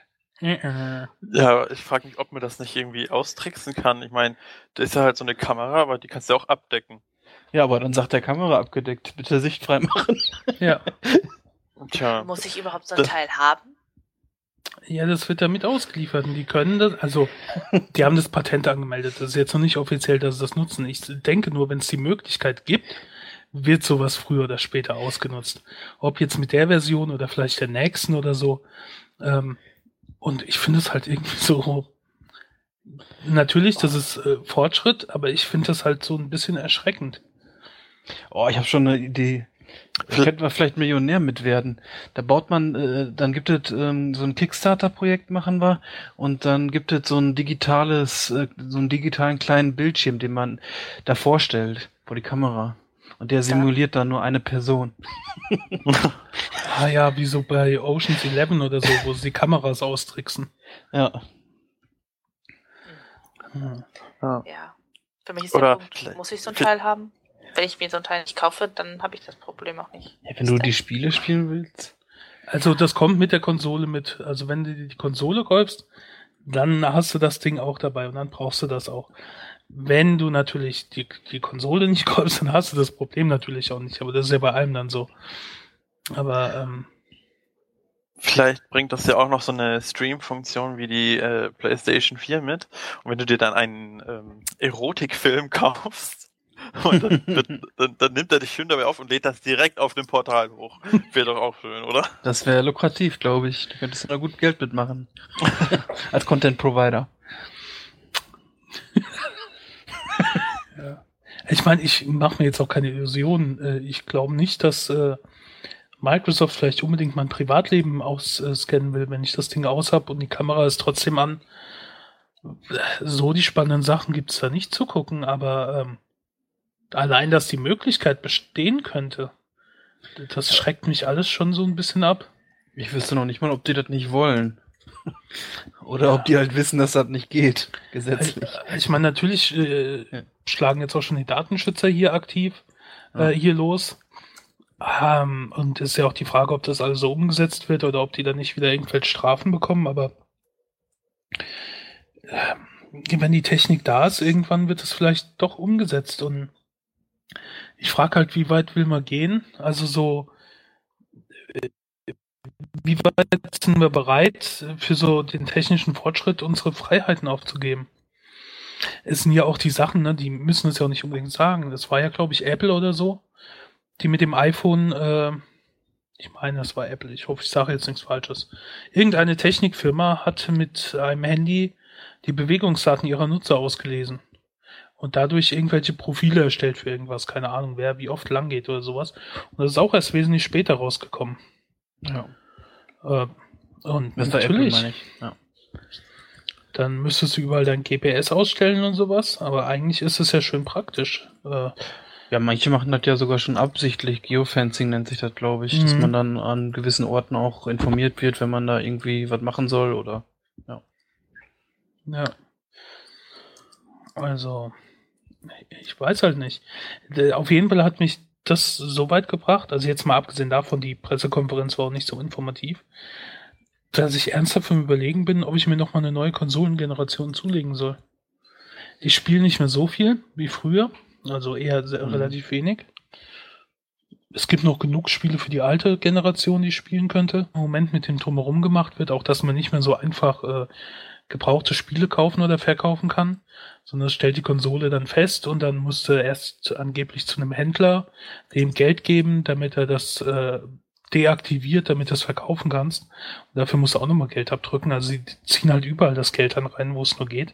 Ja, ich frage mich, ob man das nicht irgendwie austricksen kann. Ich meine, da ist ja halt so eine Kamera, aber die kannst du ja auch abdecken. Ja, aber dann sagt der Kamera abgedeckt, bitte sichtfrei machen. Ja. Tja. Muss ich überhaupt so ein Das- Teil haben? Ja, das wird damit ausgeliefert. Und die können das, also, die haben das Patent angemeldet. Das ist jetzt noch nicht offiziell, dass sie das nutzen. Ich denke nur, wenn es die Möglichkeit gibt, wird sowas früher oder später ausgenutzt. Ob jetzt mit der Version oder vielleicht der nächsten oder so. Ähm, und ich finde es halt irgendwie so, natürlich, das ist äh, Fortschritt, aber ich finde das halt so ein bisschen erschreckend. Oh, ich habe schon eine Idee. Da könnte man vielleicht Millionär mit werden. Da baut man, äh, dann gibt es ähm, so ein Kickstarter-Projekt, machen wir, und dann gibt es so ein digitales, äh, so einen digitalen kleinen Bildschirm, den man da vorstellt, vor die Kamera. Und der simuliert dann nur eine Person. Ah ja, wie so bei Ocean's Eleven oder so, wo sie die Kameras austricksen. Ja. Hm. Ja. Ja. Für mich ist Oder der Punkt, vielleicht- muss ich so ein Teil haben? Wenn ich mir so ein Teil nicht kaufe, dann habe ich das Problem auch nicht. Ja, wenn du die Spiele spielen willst. Also das kommt mit der Konsole mit. Also wenn du dir die Konsole kaufst, dann hast du das Ding auch dabei und dann brauchst du das auch. Wenn du natürlich die, die Konsole nicht kaufst, dann hast du das Problem natürlich auch nicht. Aber das ist ja bei allem dann so. Aber ähm, Vielleicht bringt das ja auch noch so eine Stream-Funktion wie die äh, PlayStation vier mit. Und wenn du dir dann einen ähm, Erotikfilm kaufst, und dann, wird, dann, dann nimmt er dich schön dabei auf und lädt das direkt auf dem Portal hoch. Wäre doch auch schön, oder? Das wäre lukrativ, glaube ich. Du könntest da gut Geld mitmachen. Als Content-Provider. ja. Ich meine, ich mache mir jetzt auch keine Illusionen. Äh, Ich glaube nicht, dass äh, Microsoft vielleicht unbedingt mein Privatleben ausscannen will, wenn ich das Ding aus habe und die Kamera ist trotzdem an. So die spannenden Sachen gibt es da nicht zu gucken, aber ähm, allein, dass die Möglichkeit bestehen könnte, das schreckt mich alles schon so ein bisschen ab. Ich wüsste noch nicht mal, ob die das nicht wollen. Oder Ja. ob die halt wissen, dass das nicht geht, gesetzlich. Ich, ich meine, natürlich äh, Ja. schlagen jetzt auch schon die Datenschützer hier aktiv Ja. äh, hier los. Ähm, und ist ja auch die Frage, ob das alles so umgesetzt wird oder ob die dann nicht wieder irgendwelche Strafen bekommen, aber äh, wenn die Technik da ist, irgendwann wird es vielleicht doch umgesetzt und ich frage halt, wie weit will man gehen? Also so, äh, wie weit sind wir bereit, für so den technischen Fortschritt unsere Freiheiten aufzugeben? Es sind ja auch die Sachen, ne, die müssen es ja auch nicht unbedingt sagen. Das war ja, glaube ich, Apple oder so, die mit dem iPhone, äh, ich meine, das war Apple, ich hoffe, ich sage jetzt nichts Falsches. Irgendeine Technikfirma hat mit einem Handy die Bewegungsdaten ihrer Nutzer ausgelesen und dadurch irgendwelche Profile erstellt für irgendwas, keine Ahnung, wer wie oft lang geht oder sowas. Und das ist auch erst wesentlich später rausgekommen. Ja. Äh, und Mister natürlich, Apple, meine ich. Ja. dann müsstest du überall dein G P S ausstellen und sowas, aber eigentlich ist es ja schön praktisch. Äh, Ja, manche machen das ja sogar schon absichtlich. Geofencing nennt sich das, glaube ich, Mhm. dass man dann an gewissen Orten auch informiert wird, wenn man da irgendwie was machen soll oder. Ja. Also, ich weiß halt nicht. D- Auf jeden Fall hat mich das so weit gebracht, also jetzt mal abgesehen davon, die Pressekonferenz war auch nicht so informativ, dass ich ernsthaft im Überlegen bin, ob ich mir noch mal eine neue Konsolengeneration zulegen soll. Ich spiele nicht mehr so viel wie früher, also eher sehr, Mhm. relativ wenig. Es gibt noch genug Spiele für die alte Generation, die ich spielen könnte. Im Moment mit dem Drumherum gemacht wird, auch dass man nicht mehr so einfach äh, gebrauchte Spiele kaufen oder verkaufen kann, sondern es stellt die Konsole dann fest und dann musst du erst angeblich zu einem Händler dem Geld geben, damit er das äh, deaktiviert, damit du es verkaufen kannst. Und dafür musst du auch nochmal Geld abdrücken. Also sie ziehen halt überall das Geld dann rein, wo es nur geht.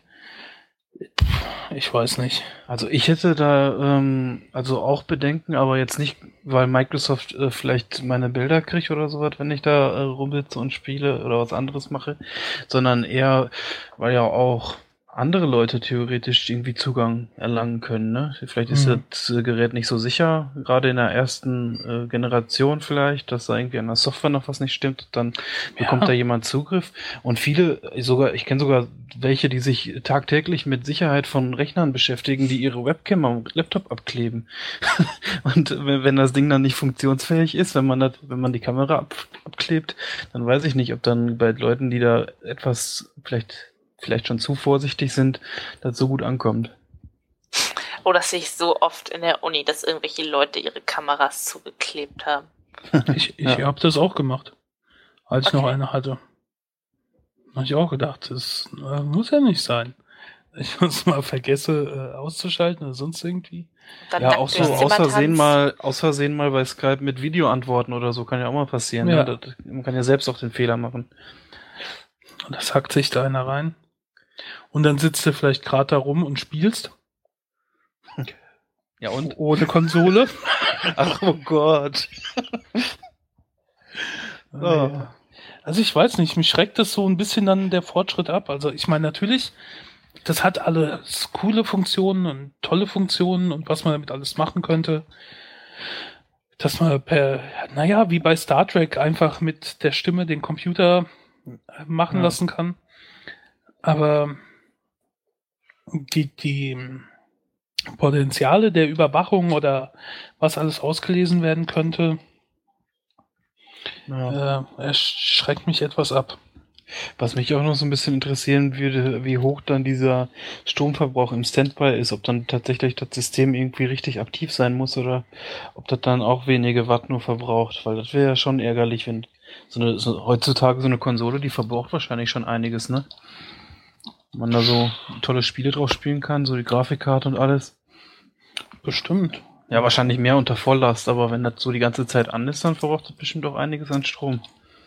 Ich weiß nicht. Also ich hätte da ähm, also auch Bedenken, aber jetzt nicht, weil Microsoft äh, vielleicht meine Bilder kriegt oder sowas, wenn ich da äh, rumsitze und spiele oder was anderes mache, sondern eher, weil ja auch andere Leute theoretisch irgendwie Zugang erlangen können, ne? Vielleicht ist Mhm. das äh, Gerät nicht so sicher, gerade in der ersten äh, Generation vielleicht, dass da irgendwie an der Software noch was nicht stimmt, dann bekommt Ja. da jemand Zugriff. Und viele, sogar, ich kenne sogar welche, die sich tagtäglich mit Sicherheit von Rechnern beschäftigen, die ihre Webcam am Laptop abkleben. Und wenn, wenn das Ding dann nicht funktionsfähig ist, wenn man das, wenn man die Kamera ab, abklebt, dann weiß ich nicht, ob dann bei Leuten, die da etwas vielleicht vielleicht schon zu vorsichtig sind, das so gut ankommt. Oder sehe ich so oft in der Uni, dass irgendwelche Leute ihre Kameras zugeklebt haben. Ich, ich Ja. habe das auch gemacht, als ich noch Okay. eine hatte. Habe ich auch gedacht, das äh, muss ja nicht sein. Ich muss mal vergesse äh, auszuschalten oder sonst irgendwie. Dann Ja, nackt auch so durchs aus Zimmer Versehen tanzt. mal, aus Versehen mal bei Skype mit Video antworten oder so, kann ja auch mal passieren. Ja. Ne? Das, man kann ja selbst auch den Fehler machen. Und das hackt sich da einer rein. Und dann sitzt du vielleicht gerade da rum und spielst. Ja und? Ohne Konsole. Ach oh Gott. Nee. Also ich weiß nicht, mich schreckt das so ein bisschen dann der Fortschritt ab. Also ich meine natürlich, das hat alles coole Funktionen und tolle Funktionen und was man damit alles machen könnte. Dass man per, naja, wie bei Star Trek einfach mit der Stimme den Computer machen Ja. lassen kann. Aber die, die Potenziale der Überwachung oder was alles ausgelesen werden könnte, Ja. äh, erschreckt mich etwas ab. Was mich auch noch so ein bisschen interessieren würde, wie hoch dann dieser Stromverbrauch im Standby ist, ob dann tatsächlich das System irgendwie richtig aktiv sein muss oder ob das dann auch wenige Watt nur verbraucht, weil das wäre ja schon ärgerlich, wenn so eine, so, heutzutage so eine Konsole, die verbraucht wahrscheinlich schon einiges, ne? Wenn man da so tolle Spiele drauf spielen kann, so die Grafikkarte und alles. Bestimmt. Ja, wahrscheinlich mehr unter Volllast, aber wenn das so die ganze Zeit an ist, dann verbraucht das bestimmt auch einiges an Strom.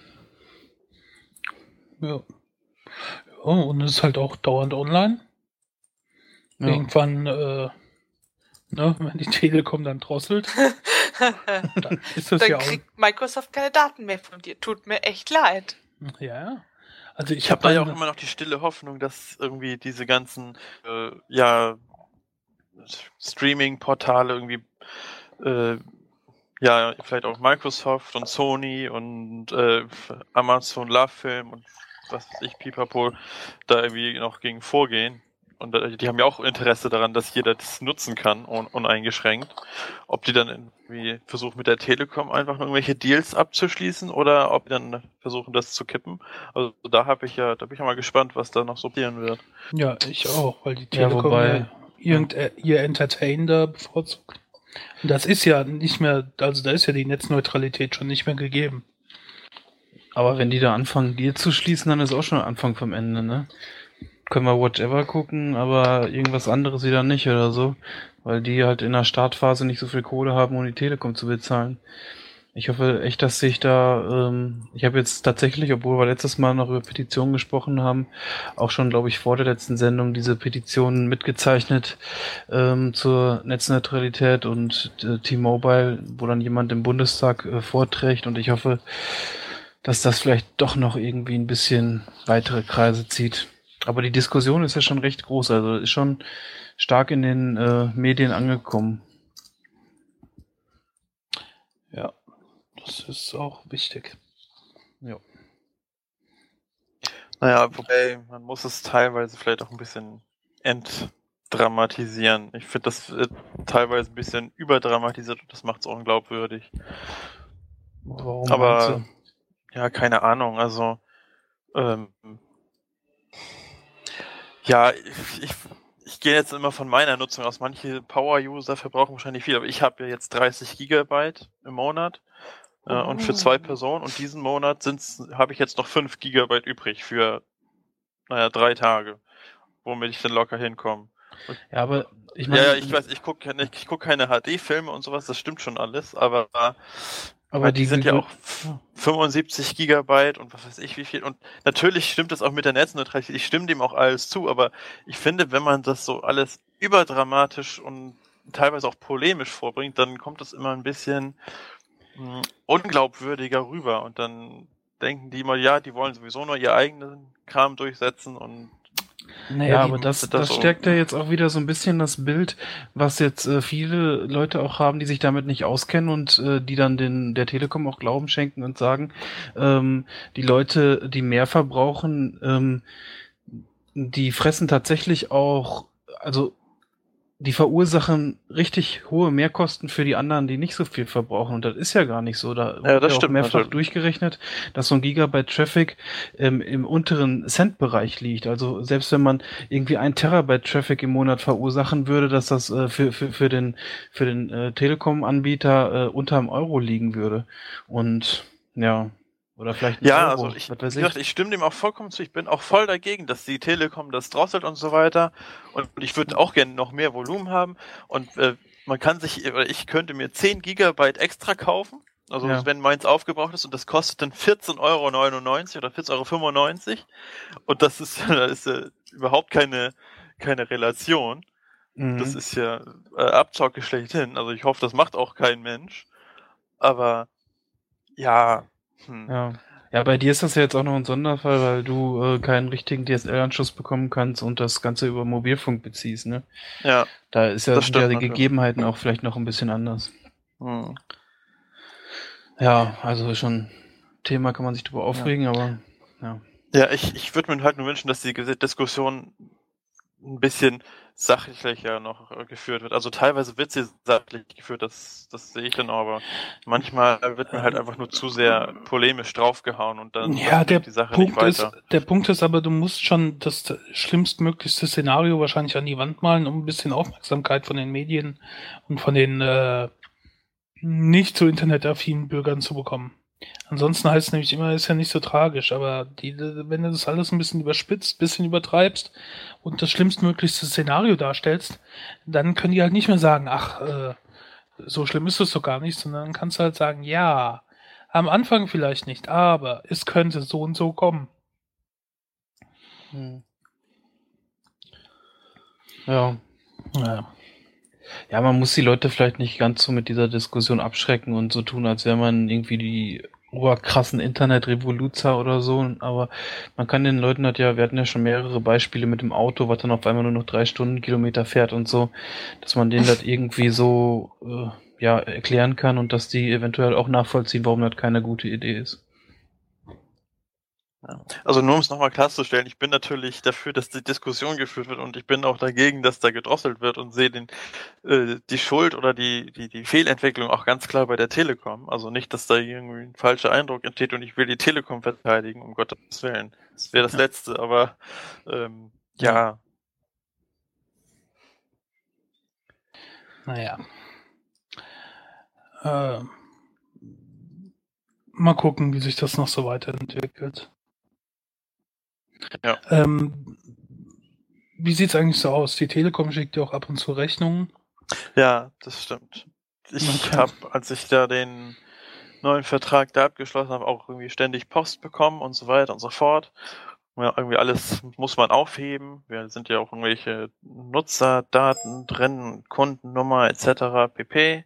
Ja. Ja, und es ist halt auch dauernd online. Ja. Irgendwann, äh, ne, wenn die Telekom dann drosselt, dann ist das Dann ja auch. kriegt Microsoft keine Daten mehr von dir. Tut mir echt leid. Ja, ja. Also ich Ich habe habe da ja auch immer noch die stille Hoffnung, dass irgendwie diese ganzen äh, ja Streaming-Portale irgendwie äh, ja vielleicht auch Microsoft und Sony und äh, Amazon Love Film und was weiß ich, Pipapo, da irgendwie noch gegen vorgehen und äh, die haben ja auch Interesse daran, dass jeder das nutzen kann, un uneingeschränkt. Ob die dann irgendwie versuchen, mit der Telekom einfach nur irgendwelche Deals abzuschließen oder ob die dann versuchen, das zu kippen. Also da habe ich ja, da bin ich ja mal gespannt, was da noch so passieren wird. Ja, ich auch, weil die Ja, Telekom wobei- ja irgend, äh, ihr Entertain da bevorzugt. Und das ist ja nicht mehr, also da ist ja die Netzneutralität schon nicht mehr gegeben. Aber wenn die da anfangen, Deal zu schließen, dann ist auch schon Anfang vom Ende, ne? Können wir Watch Ever gucken, aber irgendwas anderes wieder nicht oder so, weil die halt in der Startphase nicht so viel Kohle haben, um die Telekom zu bezahlen. Ich hoffe echt, dass sich da, ähm, ich habe jetzt tatsächlich, obwohl wir letztes Mal noch über Petitionen gesprochen haben, auch schon, glaube ich, vor der letzten Sendung diese Petitionen mitgezeichnet ähm, zur Netzneutralität und äh, T-Mobile, wo dann jemand im Bundestag äh, vorträgt, und ich hoffe, dass das vielleicht doch noch irgendwie ein bisschen weitere Kreise zieht. Aber die Diskussion ist ja schon recht groß, also ist schon stark in den äh, Medien angekommen. Ja, das ist auch wichtig. Ja. Naja, wobei, man muss es teilweise vielleicht auch ein bisschen entdramatisieren. Ich finde das äh, teilweise ein bisschen überdramatisiert und das macht es unglaubwürdig. Warum Aber meinst ja, keine Ahnung, also ähm, ja, ich, ich, ich gehe jetzt immer von meiner Nutzung aus. Manche Power-User verbrauchen wahrscheinlich viel, aber ich habe ja jetzt dreißig Gigabyte im Monat äh, und für zwei Personen, und diesen Monat sind's, habe ich jetzt noch fünf Gigabyte übrig für, naja, drei Tage, womit ich dann locker hinkomme. du? Ja, aber ich meine, Ja, ja, ich weiß, ich gucke keine, ich guck keine H D-Filme und sowas, das stimmt schon alles, aber, aber die, die sind ja Ge- auch fünfundsiebzig Gigabyte und was weiß ich wie viel. Und natürlich stimmt das auch mit der Netzneutralität, ich stimme dem auch alles zu, aber ich finde, wenn man das so alles überdramatisch und teilweise auch polemisch vorbringt, dann kommt das immer ein bisschen mh, unglaubwürdiger rüber und dann denken die immer, ja, die wollen sowieso nur ihr eigenen Kram durchsetzen und Naja, Ja, aber die- das, das das so- stärkt ja jetzt auch wieder so ein bisschen das Bild, was jetzt äh, viele Leute auch haben, die sich damit nicht auskennen und äh, die dann den der Telekom auch Glauben schenken und sagen, ähm, die Leute, die mehr verbrauchen, ähm, die fressen tatsächlich auch, also die verursachen richtig hohe Mehrkosten für die anderen, die nicht so viel verbrauchen. Und das ist ja gar nicht so. Da Ja, wurde das ja auch stimmt mehrfach natürlich. durchgerechnet, dass so ein Gigabyte Traffic ähm, im unteren Cent-Bereich liegt. Also selbst wenn man irgendwie ein Terabyte Traffic im Monat verursachen würde, dass das äh, für, für, für den, für den äh, Telekom-Anbieter äh, unter einem Euro liegen würde. Und ja, oder vielleicht ein Ja, Euro, also ich, was wie weiß gesagt, ich. ich stimme dem auch vollkommen zu. Ich bin auch voll dagegen, dass die Telekom das drosselt und so weiter. Und ich würde auch gerne noch mehr Volumen haben. Und äh, man kann sich, oder ich könnte mir zehn Gigabyte extra kaufen. Also Ja. wenn meins aufgebraucht ist und das kostet dann vierzehn Euro neunundneunzig oder vierzehn Euro fünfundneunzig. Und das ist, das ist äh, überhaupt keine, keine Relation. Mhm. Das ist ja äh, Abzocke schlechthin. Also ich hoffe, das macht auch kein Mensch. Aber ja, hm. Ja. Ja, bei dir ist das ja jetzt auch noch ein Sonderfall, weil du äh, keinen richtigen D S L-Anschluss bekommen kannst und das Ganze über Mobilfunk beziehst, ne? Ja. Da ist ja, Das sind ja stimmt die natürlich. Gegebenheiten auch vielleicht noch ein bisschen anders. Hm. Ja, also schon Thema, kann man sich drüber aufregen, aber ja. Ja, ich, ich würde mir halt nur wünschen, dass die Ges- Diskussion ein bisschen sachlicher noch äh, geführt wird. Also teilweise wird sie sachlich geführt, das, das sehe ich dann auch, aber manchmal wird mir halt einfach nur zu sehr polemisch draufgehauen und dann Ja, das der bringt die Sache Punkt nicht ist, weiter. der Punkt ist aber, du musst schon das schlimmstmöglichste Szenario wahrscheinlich an die Wand malen, um ein bisschen Aufmerksamkeit von den Medien und von den äh, nicht so internetaffinen Bürgern zu bekommen. Ansonsten heißt es nämlich immer, ist ja nicht so tragisch, aber die, wenn du das alles ein bisschen überspitzt, bisschen übertreibst und das schlimmstmöglichste Szenario darstellst, dann können die halt nicht mehr sagen, ach, äh, so schlimm ist es doch gar nicht, sondern dann kannst du halt sagen, ja, am Anfang vielleicht nicht, aber es könnte so und so kommen. Hm. Ja. Ja. Ja, man muss die Leute vielleicht nicht ganz so mit dieser Diskussion abschrecken und so tun, als wäre man irgendwie die oberkrassen Internet-Revoluzer oder so, aber man kann den Leuten halt ja, wir hatten ja schon mehrere Beispiele mit dem Auto, was dann auf einmal nur noch drei Stundenkilometer fährt und so, dass man denen das irgendwie so äh, ja erklären kann und dass die eventuell auch nachvollziehen, warum das keine gute Idee ist. Ja. Also nur um es nochmal klarzustellen, ich bin natürlich dafür, dass die Diskussion geführt wird und ich bin auch dagegen, dass da gedrosselt wird und sehe den äh, die Schuld oder die, die, die Fehlentwicklung auch ganz klar bei der Telekom. Also nicht, dass da irgendwie ein falscher Eindruck entsteht und ich will die Telekom verteidigen, um Gottes Willen. Das wäre das Ja. Letzte, aber ähm, ja. Naja. Äh, mal gucken, wie sich das noch so weiterentwickelt. Ja. Ähm, wie sieht's eigentlich so aus? Die Telekom schickt ja auch ab und zu Rechnungen. Ja, das stimmt. Ich Okay. habe, als ich da den neuen Vertrag da abgeschlossen habe, auch irgendwie ständig Post bekommen und so weiter und so fort. Ja, irgendwie alles muss man aufheben. Wir sind ja auch irgendwelche Nutzerdaten drin, Kundennummer et cetera pp.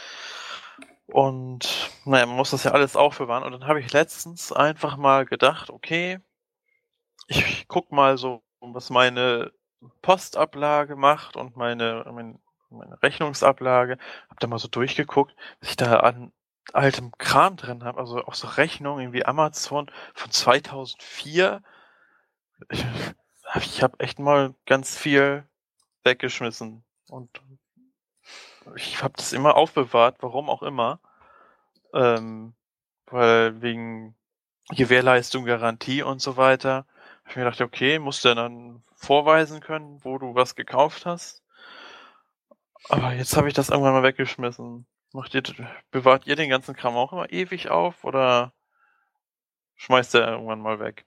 Und naja, man muss das ja alles aufbewahren. Und dann habe ich letztens einfach mal gedacht, okay, ich guck mal so, was meine Postablage macht und meine, meine, meine Rechnungsablage. Hab da mal so durchgeguckt, was ich da an altem Kram drin habe. Also auch so Rechnungen wie Amazon von zweitausendvier. Ich, ich habe echt mal ganz viel weggeschmissen. Und ich habe das immer aufbewahrt, warum auch immer. Ähm, weil wegen Gewährleistung, Garantie und so weiter. Hab ich mir gedacht, okay, musst du dann vorweisen können, wo du was gekauft hast. Aber jetzt habe ich das irgendwann mal weggeschmissen. Macht ihr, bewahrt ihr den ganzen Kram auch immer ewig auf oder schmeißt ihr irgendwann mal weg?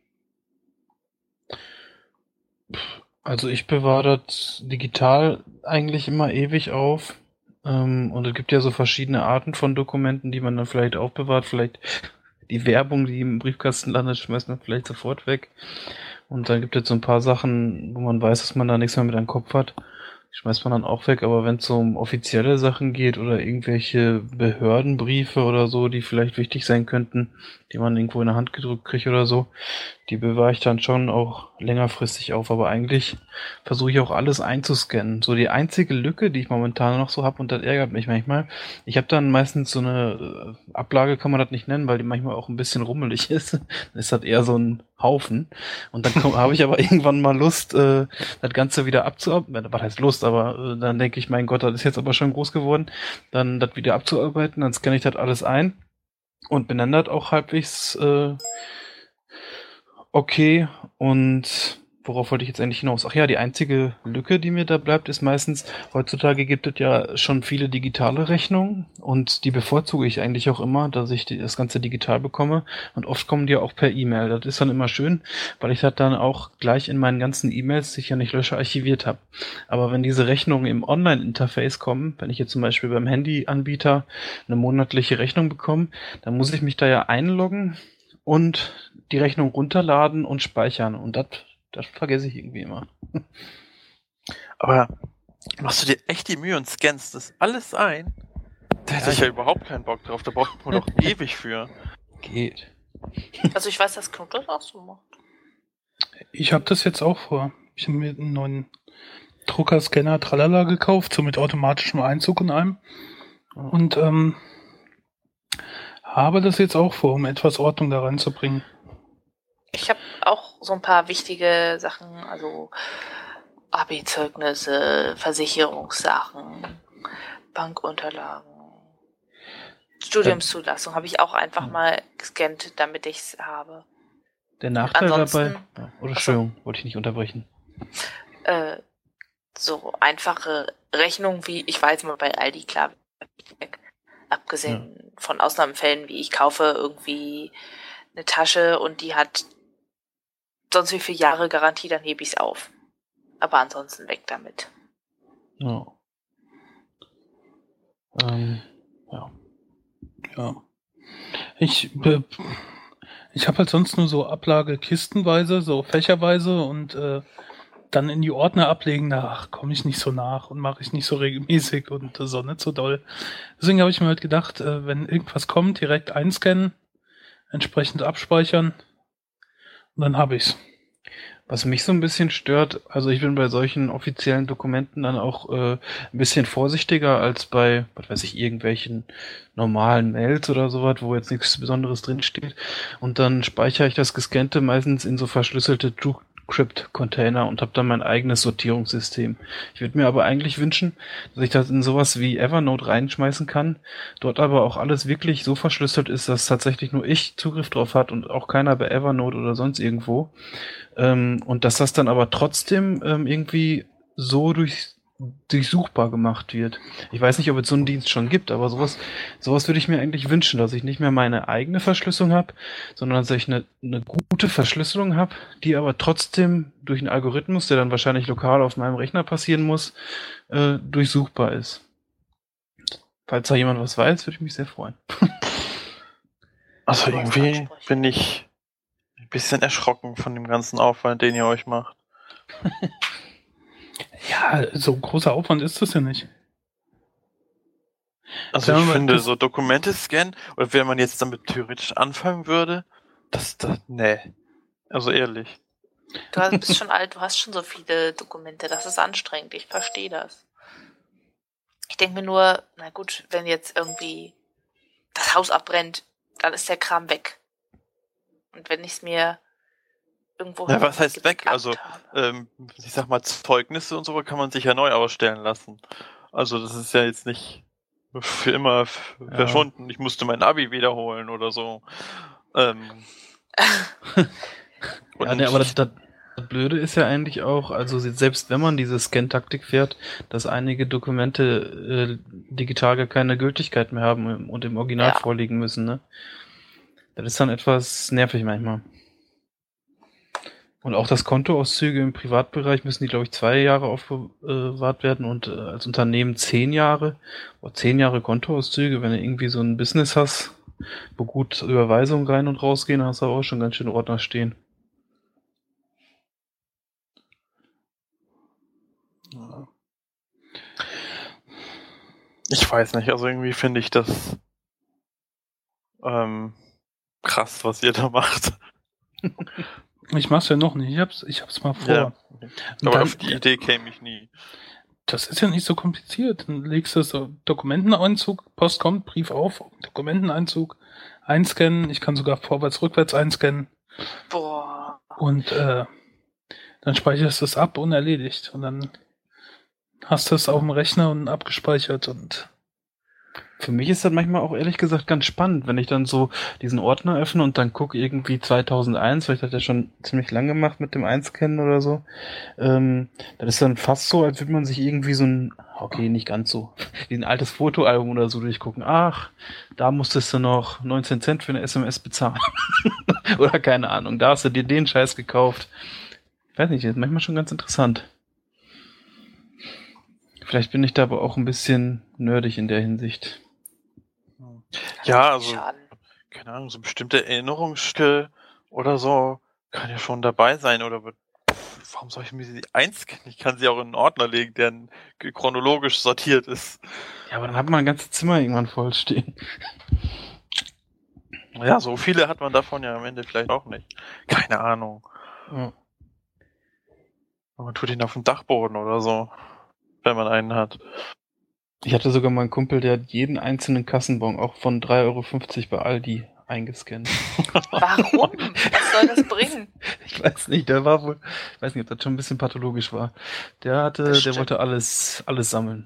Also ich bewahre das digital eigentlich immer ewig auf. Ähm, und es gibt ja so verschiedene Arten von Dokumenten, die man dann vielleicht aufbewahrt. Vielleicht die Werbung, die im Briefkasten landet, schmeißt man vielleicht sofort weg. Und dann gibt es so ein paar Sachen, wo man weiß, dass man da nichts mehr mit am Kopf hat. Die schmeißt man dann auch weg, aber wenn es so um offizielle Sachen geht oder irgendwelche Behördenbriefe oder so, die vielleicht wichtig sein könnten, die man irgendwo in der Hand gedrückt kriegt oder so, die bewahre ich dann schon auch längerfristig auf. Aber eigentlich versuche ich auch alles einzuscannen. So die einzige Lücke, die ich momentan noch so habe, und das ärgert mich manchmal, ich habe dann meistens so eine äh, Ablage, kann man das nicht nennen, weil die manchmal auch ein bisschen rummelig ist. Dann ist das eher so ein Haufen. Und dann habe ich aber irgendwann mal Lust, äh, das Ganze wieder abzuarbeiten. Was heißt Lust? Aber äh, dann denke ich, mein Gott, das ist jetzt aber schon groß geworden. Dann das wieder abzuarbeiten, dann scanne ich das alles ein und benenne das auch halbwegs äh, okay. Und worauf wollte ich jetzt eigentlich hinaus? Ach ja, die einzige Lücke, die mir da bleibt, ist meistens, heutzutage gibt es ja schon viele digitale Rechnungen und die bevorzuge ich eigentlich auch immer, dass ich die, das Ganze digital bekomme und oft kommen die auch per E-Mail. Das ist dann immer schön, weil ich das dann auch gleich in meinen ganzen E-Mails, die ich ja nicht lösche, archiviert habe. Aber wenn diese Rechnungen im Online-Interface kommen, wenn ich jetzt zum Beispiel beim Handyanbieter eine monatliche Rechnung bekomme, dann muss ich mich da ja einloggen und die Rechnung runterladen und speichern und das Das vergesse ich irgendwie immer. Aber machst du dir echt die Mühe und scannst das alles ein? Da hätte Ja, ich ja überhaupt keinen Bock drauf. Da braucht man doch ewig für. Geht. Also ich weiß, dass Knut das auch so macht. Ich habe das jetzt auch vor. Ich habe mir einen neuen Druckerscanner Tralala gekauft, so mit automatischem Einzug in einem. Und ähm, habe das jetzt auch vor, um etwas Ordnung da reinzubringen. Ich habe auch so ein paar wichtige Sachen, also A B-Zeugnisse, Versicherungssachen, Bankunterlagen, Studiumszulassung habe ich auch einfach Ja. mal gescannt, damit ich es habe. Der Nachteil Ansonsten- dabei... Ja, oder Entschuldigung, wollte ich nicht unterbrechen. Äh, so einfache Rechnungen wie, ich war jetzt mal bei Aldi, klar, weg. Abgesehen von Ausnahmefällen, wie ich kaufe irgendwie eine Tasche und die hat sonst wie viele Jahre Garantie, dann hebe ich es auf. Aber ansonsten weg damit. Ja. Ähm, ja. Ja. Ich, äh, ich habe halt sonst nur so Ablage kistenweise, so fächerweise und äh, dann in die Ordner ablegen, da komme ich nicht so nach und mache ich nicht so regelmäßig und äh, so nicht so doll. Deswegen habe ich mir halt gedacht, äh, wenn irgendwas kommt, direkt einscannen, entsprechend abspeichern und dann habe ich's. Was mich so ein bisschen stört, also ich bin bei solchen offiziellen Dokumenten dann auch äh, ein bisschen vorsichtiger als bei, was weiß ich, irgendwelchen normalen Mails oder sowas, wo jetzt nichts Besonderes drinsteht. Und dann speichere ich das Gescannte meistens in so verschlüsselte TrueCrypt-Container und habe dann mein eigenes Sortierungssystem. Ich würde mir aber eigentlich wünschen, dass ich das in sowas wie Evernote reinschmeißen kann, dort aber auch alles wirklich so verschlüsselt ist, dass tatsächlich nur ich Zugriff drauf hat und auch keiner bei Evernote oder sonst irgendwo. Ähm, und dass das dann aber trotzdem ähm, irgendwie so durch, durchsuchbar gemacht wird. Ich weiß nicht, ob es so einen Dienst schon gibt, aber sowas, sowas würde ich mir eigentlich wünschen, dass ich nicht mehr meine eigene Verschlüsselung habe, sondern dass ich eine, eine gute Verschlüsselung habe, die aber trotzdem durch einen Algorithmus, der dann wahrscheinlich lokal auf meinem Rechner passieren muss, äh, durchsuchbar ist. Falls da jemand was weiß, würde ich mich sehr freuen. Also irgendwie bin ich ein bisschen erschrocken von dem ganzen Aufwand, den ihr euch macht. Ja, so ein großer Aufwand ist das ja nicht. Also Sagen ich wir mal, finde, das- so Dokumente scannen, oder wenn man jetzt damit theoretisch anfangen würde, das, das, nee. Also ehrlich. Du hast, bist schon alt, du hast schon so viele Dokumente, das ist anstrengend, ich verstehe das. Ich denke mir nur, na gut, wenn jetzt irgendwie das Haus abbrennt, dann ist der Kram weg. Und wenn ich es mir irgendwo... Ja, was heißt weg? gebackupt Also, habe. ähm, ich sag mal, Zeugnisse und so kann man sich ja neu ausstellen lassen. Also das ist ja jetzt nicht für immer f- Ja. verschwunden. Ich musste mein Abi wiederholen oder so. Ähm, Ja, ne, aber das, das, das Blöde ist ja eigentlich auch, also selbst wenn man diese Scan-Taktik fährt, dass einige Dokumente äh, digital gar keine Gültigkeit mehr haben und im Original Ja. vorliegen müssen, ne? Das ist dann etwas nervig manchmal. Und auch das Kontoauszüge im Privatbereich müssen die, glaube ich, zwei Jahre aufbewahrt werden und äh, als Unternehmen zehn Jahre. Oder zehn Jahre Kontoauszüge, wenn du irgendwie so ein Business hast, wo gut Überweisungen rein und rausgehen, hast du auch schon ganz schön Ordner stehen. Ich weiß nicht, also irgendwie finde ich das ähm, krass, was ihr da macht. Ich mach's ja noch nicht. Ich hab's, ich hab's mal vor. Ja. Und Aber dann- auf die Idee käme ich nie. Das ist ja nicht so kompliziert. Dann legst du so Dokumenteneinzug, Post kommt, Brief auf, Dokumenteneinzug, einscannen. Ich kann sogar vorwärts, rückwärts einscannen. Boah. Und äh, dann speicherst du es ab und erledigt. Und dann hast du es auf dem Rechner und abgespeichert. Und Für mich ist das manchmal auch ehrlich gesagt ganz spannend, wenn ich dann so diesen Ordner öffne und dann gucke irgendwie zweitausendeins, weil ich das ja schon ziemlich lange gemacht mit dem Einscannen oder so. Ähm, das ist dann fast so, als würde man sich irgendwie so ein, okay, nicht ganz so, wie ein altes Fotoalbum oder so durchgucken. Ach, da musstest du noch neunzehn Cent für eine S M S bezahlen. Oder keine Ahnung, da hast du dir den Scheiß gekauft. Ich weiß nicht, das ist manchmal schon ganz interessant. Vielleicht bin ich da aber auch ein bisschen nerdig in der Hinsicht. Ja, also, Schaden. keine Ahnung, so bestimmte Erinnerungsstücke oder so kann ja schon dabei sein. Oder wird, warum soll ich mir sie einscannen? Ich kann sie auch in einen Ordner legen, der chronologisch sortiert ist. Ja, aber dann hat man ein ganzes Zimmer irgendwann voll stehen. Ja, so viele hat man davon ja am Ende vielleicht auch nicht. Keine Ahnung. Ja. Man tut ihn auf dem Dachboden oder so, wenn man einen hat. Ich hatte sogar mal einen Kumpel, der hat jeden einzelnen Kassenbon, auch von drei Euro fünfzig bei Aldi, eingescannt. Warum? Was soll das bringen? Ich weiß nicht, der war wohl, ich weiß nicht, ob das schon ein bisschen pathologisch war. Der hatte, der Bestimmt. wollte alles, alles sammeln.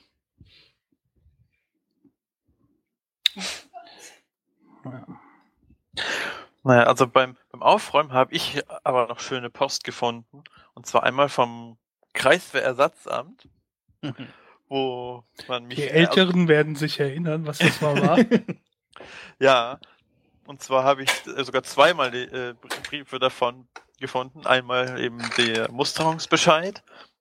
Naja, also beim, beim Aufräumen habe ich aber noch schöne Post gefunden. Und zwar einmal vom Kreiswehrersatzamt, wo man mich... die Älteren werden sich erinnern, was das mal war. Ja, und zwar habe ich äh, sogar zweimal die äh, Briefe davon gefunden. Einmal eben der Musterungsbescheid.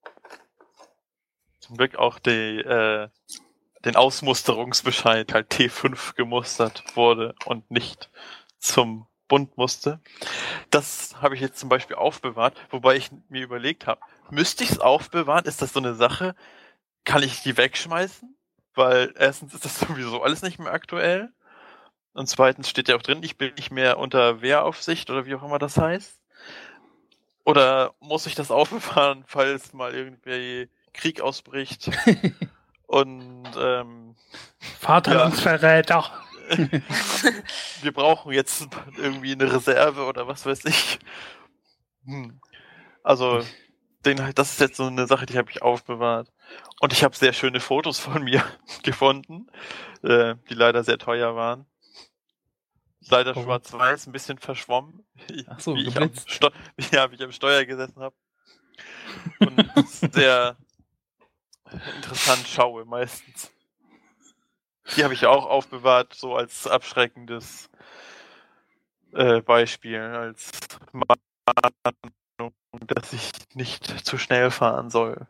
Zum Glück auch die, äh, den Ausmusterungsbescheid, halt T fünf gemustert wurde und nicht zum Bund musste. Das habe ich jetzt zum Beispiel aufbewahrt, wobei ich mir überlegt habe, müsste ich es aufbewahren? Ist das so eine Sache? Kann ich die wegschmeißen? Weil erstens ist das sowieso alles nicht mehr aktuell. Und zweitens steht ja auch drin, ich bin nicht mehr unter Wehraufsicht oder wie auch immer das heißt. Oder muss ich das aufbewahren, falls mal irgendwie Krieg ausbricht? Und ähm, Vaterlandsverräter. wir brauchen jetzt irgendwie eine Reserve oder was weiß ich. Hm. Also, den, das ist jetzt so eine Sache, die habe ich aufbewahrt. Und ich habe sehr schöne Fotos von mir gefunden, äh, die leider sehr teuer waren. Leider Oh. schwarz-weiß, ein bisschen verschwommen. Ach so, wie, ich am geblitzt. Steu- ja, wie ich am Steuer gesessen habe. Und sehr interessant schaue meistens. Die habe ich auch aufbewahrt, so als abschreckendes äh, Beispiel, als Mahnung, dass ich nicht zu schnell fahren soll.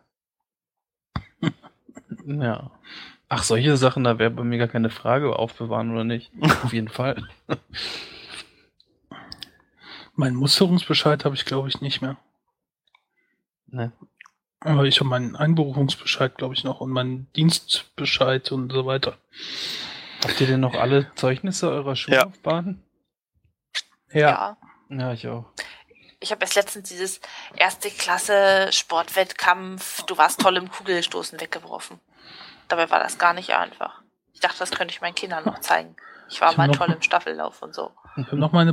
Ja. Ach, solche Sachen, da wäre bei mir gar keine Frage, aufbewahren oder nicht. Auf jeden Fall. Meinen Musterungsbescheid habe ich, glaube ich, nicht mehr. Ne. Aber ich habe meinen Einberufungsbescheid, glaube ich, noch und meinen Dienstbescheid und so weiter. Habt ihr denn noch alle Zeugnisse eurer Schullaufbahn? Ja. Ja. Ja, ich auch. Ich habe erst letztens dieses erste Klasse Sportwettkampf, du warst toll im Kugelstoßen weggeworfen. Dabei war das gar nicht einfach. Ich dachte, das könnte ich meinen Kindern noch zeigen. Ich war Ich mal noch- toll im Staffellauf und so. Ich habe noch meine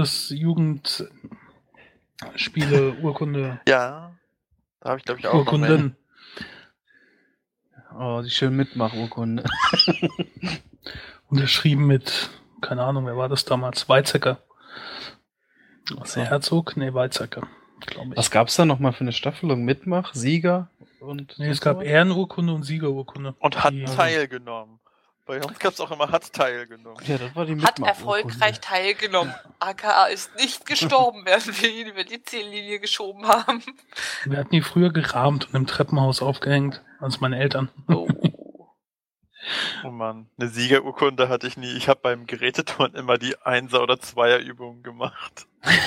Bundesjugendspiele-Urkunde. Ja, da habe ich glaube ich auch noch mehr. Urkunden. Oh, die schöne Mitmachurkunde. Unterschrieben mit, keine Ahnung, wer war das damals? Weizsäcker. Was, der Herzog? Nee, Weizsäcker, glaube ich. Was gab's da nochmal für eine Staffelung? Mitmach, Sieger und... Nee, es gab Ehrenurkunde und Siegerurkunde. Und hat Die- teilgenommen. Bei uns gab es auch immer hat teilgenommen. Ja, das war die Hat Mitmachurkunde. erfolgreich teilgenommen. A K A ist nicht gestorben, während wir ihn über die Ziellinie geschoben haben. Wir hatten die früher gerahmt und im Treppenhaus aufgehängt, also meine Eltern. Oh. Oh Mann, eine Siegerurkunde hatte ich nie. Ich habe beim Geräteturnen immer die Einser- oder Zweierübungen gemacht.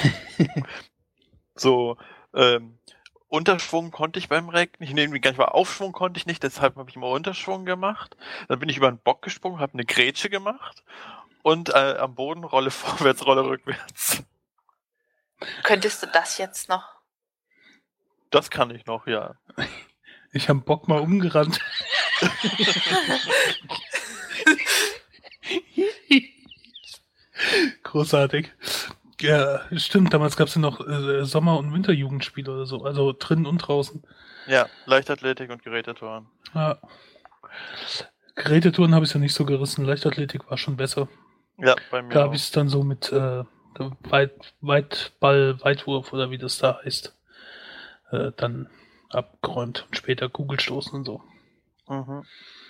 So, ähm, Unterschwung konnte ich beim Reck nicht, nee, gar nicht mal Aufschwung konnte ich nicht, deshalb habe ich immer Unterschwung gemacht. Dann bin ich über einen Bock gesprungen, habe eine Grätsche gemacht und äh, am Boden Rolle vorwärts, Rolle rückwärts. Könntest du das jetzt noch? Das kann ich noch, ja. Ich habe Bock mal umgerannt. Großartig. Ja, stimmt, damals gab es ja noch äh, Sommer- und Winterjugendspiele oder so, also drinnen und draußen. Ja, Leichtathletik und Geräteturnen. Ja. Gerätetouren habe ich ja nicht so gerissen, Leichtathletik war schon besser. Ja, bei mir Da habe auch. ich es dann so mit äh, Weit, Weitball, Weitwurf oder wie das da heißt, äh, dann abgeräumt und später Kugelstoßen und so. Mhm.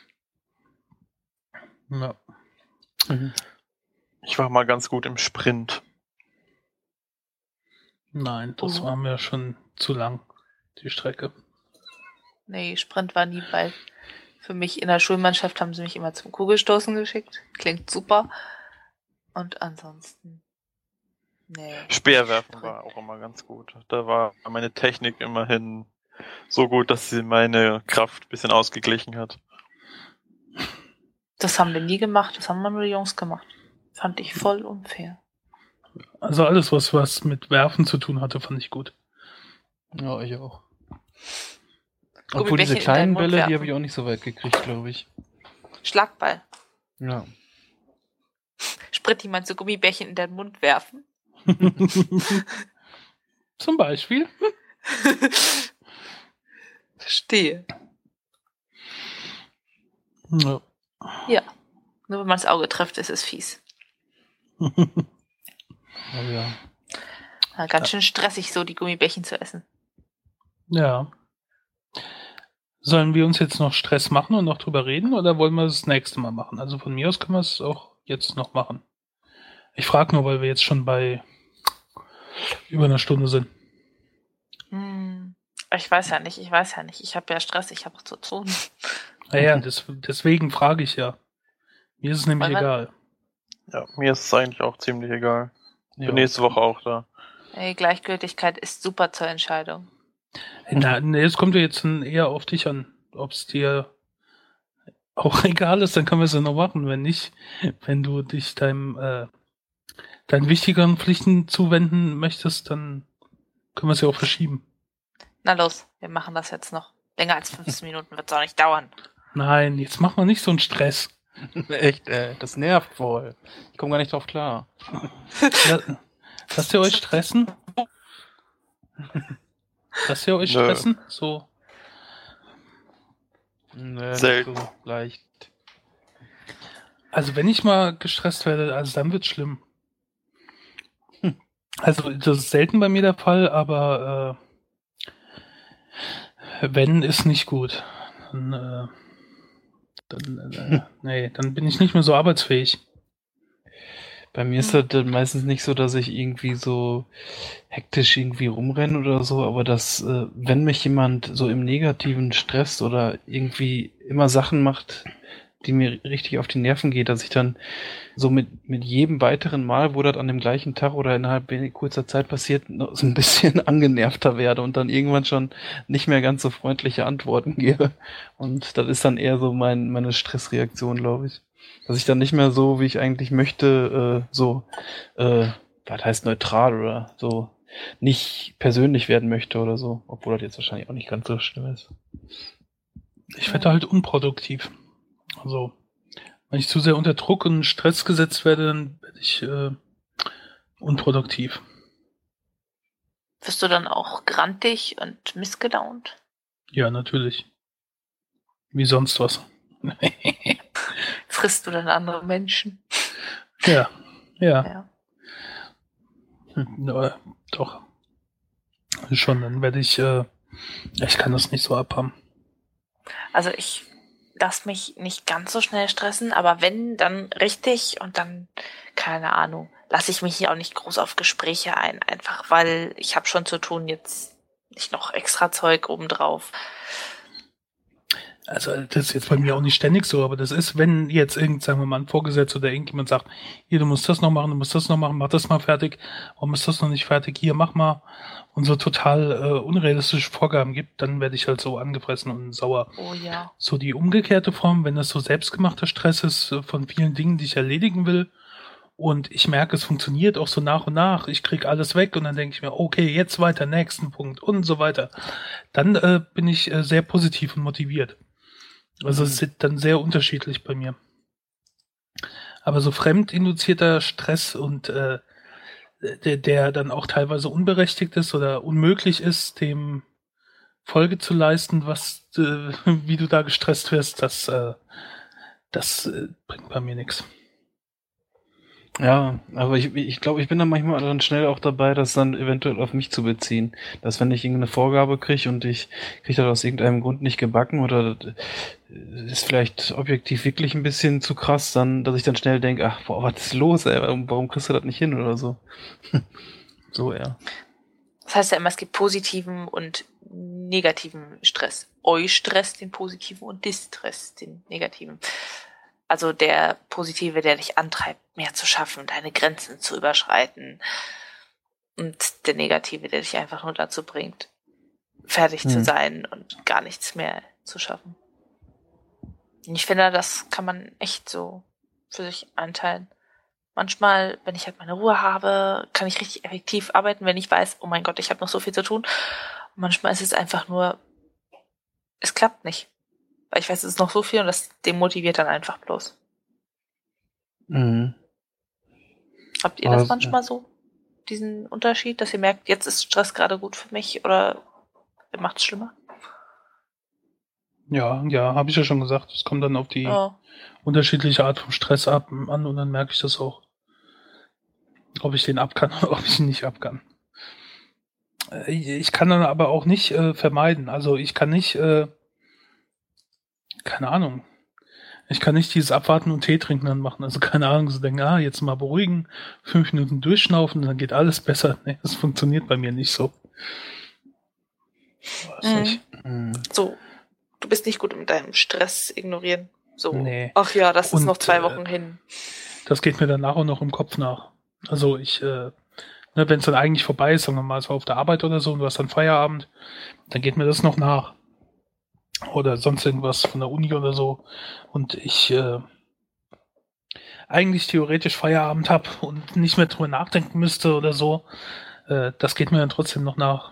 Ja. Mhm. Ich war mal ganz gut im Sprint. Nein, das Oh. war mir schon zu lang, die Strecke. Nee, Sprint war nie bei. Für mich in der Schulmannschaft haben sie mich immer zum Kugelstoßen geschickt. Klingt super. Und ansonsten. Nee. Speerwerfen war auch immer ganz gut. Da war meine Technik immerhin so gut, dass sie meine Kraft ein bisschen ausgeglichen hat. Das haben wir nie gemacht, das haben wir nur die Jungs gemacht. Fand ich voll unfair. Also alles, was was mit Werfen zu tun hatte, fand ich gut. Ja, ich auch. Gummibärchen Obwohl diese in kleinen deinen Mund Bälle, die werfen. habe ich auch nicht so weit gekriegt, glaube ich. Schlagball. Ja. Spritti, meinst du Gummibärchen in deinen Mund werfen? Zum Beispiel. Verstehe. Ja. Ja. Nur wenn man das Auge trifft, ist es fies. Oh ja. Na, ganz schön stressig, so die Gummibärchen zu essen. Ja. Sollen wir uns jetzt noch Stress machen und noch drüber reden oder wollen wir es das nächste Mal machen? Also von mir aus können wir es auch jetzt noch machen. Ich frage nur, weil wir jetzt schon bei über einer Stunde sind. Hm. Ich weiß ja nicht, ich weiß ja nicht. Ich habe ja Stress, ich habe zu tun. Naja, des, deswegen frage ich ja. Mir ist es nämlich Wollen wir- egal. Ja, mir ist es eigentlich auch ziemlich egal. Ja. Bin nächste Woche auch da. Ey, Gleichgültigkeit ist super zur Entscheidung. Na, nee, es kommt ja jetzt eher auf dich an. Ob es dir auch egal ist, dann können wir es ja noch machen. Wenn nicht, wenn du dich deinem äh, deinen wichtigeren Pflichten zuwenden möchtest, dann können wir es ja auch verschieben. Na los, wir machen das jetzt noch. Länger als fünfzehn Minuten wird es auch nicht dauern. Nein, jetzt machen wir nicht so einen Stress. Echt, ey, das nervt voll. Ich komme gar nicht drauf klar. La- Lasst ihr euch stressen? Lasst ihr euch Nö. stressen? So. Nö, nicht Selten. so leicht. Also wenn ich mal gestresst werde, also dann wird's schlimm. Hm. Also das ist selten bei mir der Fall, aber äh, wenn, ist nicht gut. Dann, äh, dann, äh, nee, dann bin ich nicht mehr so arbeitsfähig. Bei mir ist das dann meistens nicht so, dass ich irgendwie so hektisch irgendwie rumrenne oder so, aber dass, äh, wenn mich jemand so im Negativen stresst oder irgendwie immer Sachen macht, die mir richtig auf die Nerven geht, dass ich dann so mit, mit jedem weiteren Mal, wo das an dem gleichen Tag oder innerhalb wenig kurzer Zeit passiert, noch so ein bisschen angenervter werde und dann irgendwann schon nicht mehr ganz so freundliche Antworten gebe. Und das ist dann eher so mein, meine Stressreaktion, glaube ich. Dass ich dann nicht mehr so, wie ich eigentlich möchte, äh, so, äh, was heißt neutral oder so, nicht persönlich werden möchte oder so. Obwohl das jetzt wahrscheinlich auch nicht ganz so schlimm ist. Ich werde halt unproduktiv. Also, wenn ich zu sehr unter Druck und Stress gesetzt werde, dann werde ich äh, unproduktiv. Wirst du dann auch grantig und missgelaunt? Ja, natürlich. Wie sonst was. Frisst du dann andere Menschen? Ja, ja. Ja. Hm, ja, doch. Schon, dann werde ich, äh, ich kann das nicht so abhaben. Also ich lasse mich nicht ganz so schnell stressen, aber wenn, dann richtig und dann, keine Ahnung, lasse ich mich hier auch nicht groß auf Gespräche ein, einfach weil ich habe schon zu tun, jetzt nicht noch extra Zeug obendrauf. Also das ist jetzt bei mir auch nicht ständig so, aber das ist, wenn jetzt irgend, sagen wir mal, ein Vorgesetzter oder irgendjemand sagt, hier, du musst das noch machen, du musst das noch machen, mach das mal fertig, warum ist das noch nicht fertig, hier, mach mal, und so total äh, unrealistische Vorgaben gibt, dann werde ich halt so angefressen und sauer. Oh ja. So die umgekehrte Form, wenn das so selbstgemachter Stress ist äh, von vielen Dingen, die ich erledigen will, und ich merke, es funktioniert auch so nach und nach, ich krieg alles weg und dann denke ich mir, okay, jetzt weiter, nächsten Punkt und so weiter. Dann äh, bin ich äh, sehr positiv und motiviert. Also es sind dann sehr unterschiedlich bei mir. Aber so fremdinduzierter Stress und äh, der, der dann auch teilweise unberechtigt ist oder unmöglich ist, dem Folge zu leisten, was äh, wie du da gestresst wirst, das, äh, das äh, bringt bei mir nichts. Ja, aber ich, ich glaube, ich bin dann manchmal dann schnell auch dabei, das dann eventuell auf mich zu beziehen. Dass wenn ich irgendeine Vorgabe kriege und ich kriege das aus irgendeinem Grund nicht gebacken oder das ist vielleicht objektiv wirklich ein bisschen zu krass, dann, dass ich dann schnell denke, ach, boah, was ist los, ey, warum, warum kriegst du das nicht hin oder so. So, ja. Das heißt ja immer, es gibt positiven und negativen Stress. Eustress, den positiven, und Distress, den negativen. Also der Positive, der dich antreibt, mehr zu schaffen, deine Grenzen zu überschreiten. Und der Negative, der dich einfach nur dazu bringt, fertig Hm. zu sein und gar nichts mehr zu schaffen. Und ich finde, das kann man echt so für sich einteilen. Manchmal, wenn ich halt meine Ruhe habe, kann ich richtig effektiv arbeiten, wenn ich weiß, oh mein Gott, ich habe noch so viel zu tun. Und manchmal ist es einfach nur, es klappt nicht. Weil ich weiß, es ist noch so viel und das demotiviert dann einfach bloß. Mhm. Habt ihr das Also, manchmal so? Diesen Unterschied, dass ihr merkt, jetzt ist Stress gerade gut für mich oder macht es schlimmer? Ja, ja, habe ich ja schon gesagt. Es kommt dann auf die Oh. unterschiedliche Art von Stress ab, an und dann merke ich das auch. Ob ich den ab kann oder ob ich ihn nicht ab kann. Äh, Ich kann dann aber auch nicht äh, vermeiden. Also ich kann nicht, äh, keine Ahnung, ich kann nicht dieses Abwarten und Tee trinken dann machen. Also keine Ahnung, so denken, ah, jetzt mal beruhigen, fünf Minuten durchschnaufen, dann geht alles besser. Nee, das funktioniert bei mir nicht so. Weiß Mhm. nicht. Mhm. So, du bist nicht gut mit deinem Stress ignorieren. So, Nee. ach ja, das ist Und, noch zwei äh, Wochen hin. Das geht mir danach auch noch im Kopf nach. Also ich, äh, ne, wenn es dann eigentlich vorbei ist, sagen wir mal, es war auf der Arbeit oder so und du hast dann Feierabend, dann geht mir das noch nach. Oder sonst irgendwas von der Uni oder so. Und ich äh, eigentlich theoretisch Feierabend habe und nicht mehr drüber nachdenken müsste oder so, äh, das geht mir dann trotzdem noch nach.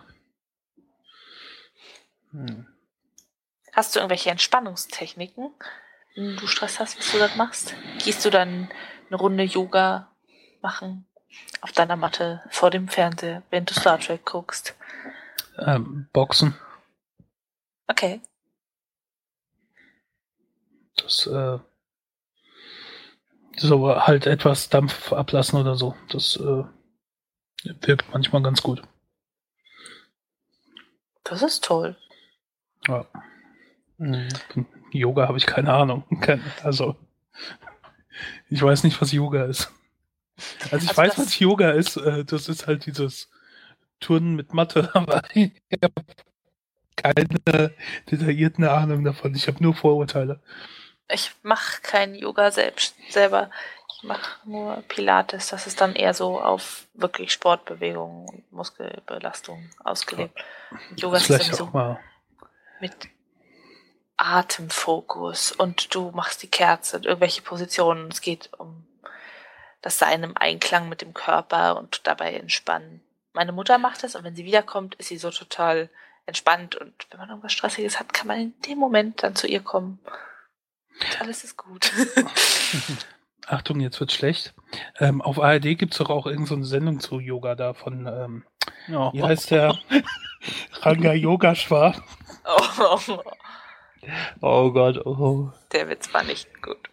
Hm. Hast du irgendwelche Entspannungstechniken, wenn du Stress hast, was du das machst? Gehst du dann eine Runde Yoga machen auf deiner Matte vor dem Fernseher, wenn du Star Trek guckst? Ähm, Boxen. Okay. Das, äh, so halt etwas Dampf ablassen oder so. Das äh, wirkt manchmal ganz gut. Das ist toll. Ja. Mhm. Yoga habe ich keine Ahnung. Kein, also, ich weiß nicht, was Yoga ist. Also ich Also weiß, das- was Yoga ist. Äh, das ist halt dieses Turnen mit Matte, aber ich habe keine detaillierten Ahnung davon. Ich habe nur Vorurteile. Ich mache kein Yoga selbst selber. Ich mache nur Pilates. Das ist dann eher so auf wirklich Sportbewegungen und Muskelbelastung ausgelegt. Und Yoga Das ist vielleicht sowieso auch mal. mit Atemfokus und du machst die Kerze und irgendwelche Positionen. Es geht um das Sein im Einklang mit dem Körper und dabei entspannen. Meine Mutter macht das und wenn sie wiederkommt, ist sie so total entspannt und wenn man irgendwas Stressiges hat, kann man in dem Moment dann zu ihr kommen. Und alles ist gut. Achtung, jetzt wird's schlecht. Ähm, auf A R D gibt's doch auch irgendeine so eine Sendung zu Yoga da von, ähm, Ja. wie heißt der? Ranga Yogeshwar. Oh, Oh Gott, oh. der Witz war nicht gut.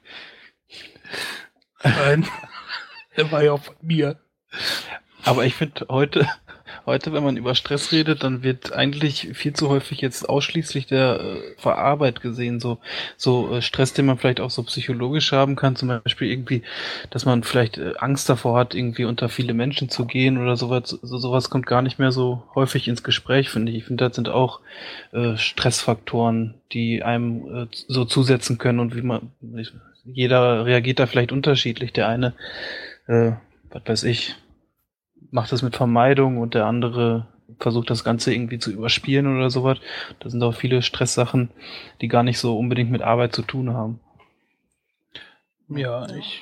Nein, der war ja auch von mir. Aber ich finde heute, heute, wenn man über Stress redet, dann wird eigentlich viel zu häufig jetzt ausschließlich der äh, Verarbeit gesehen, so so äh, Stress, den man vielleicht auch so psychologisch haben kann, zum Beispiel irgendwie, dass man vielleicht äh, Angst davor hat, irgendwie unter viele Menschen zu gehen oder sowas. So, sowas kommt gar nicht mehr so häufig ins Gespräch, finde ich. Ich finde, das sind auch äh, Stressfaktoren, die einem äh, so zusetzen können und wie man, jeder reagiert da vielleicht unterschiedlich. Der eine, äh, was weiß ich, macht das mit Vermeidung und der andere versucht das Ganze irgendwie zu überspielen oder sowas. Da sind auch viele Stresssachen, die gar nicht so unbedingt mit Arbeit zu tun haben. Ja, ich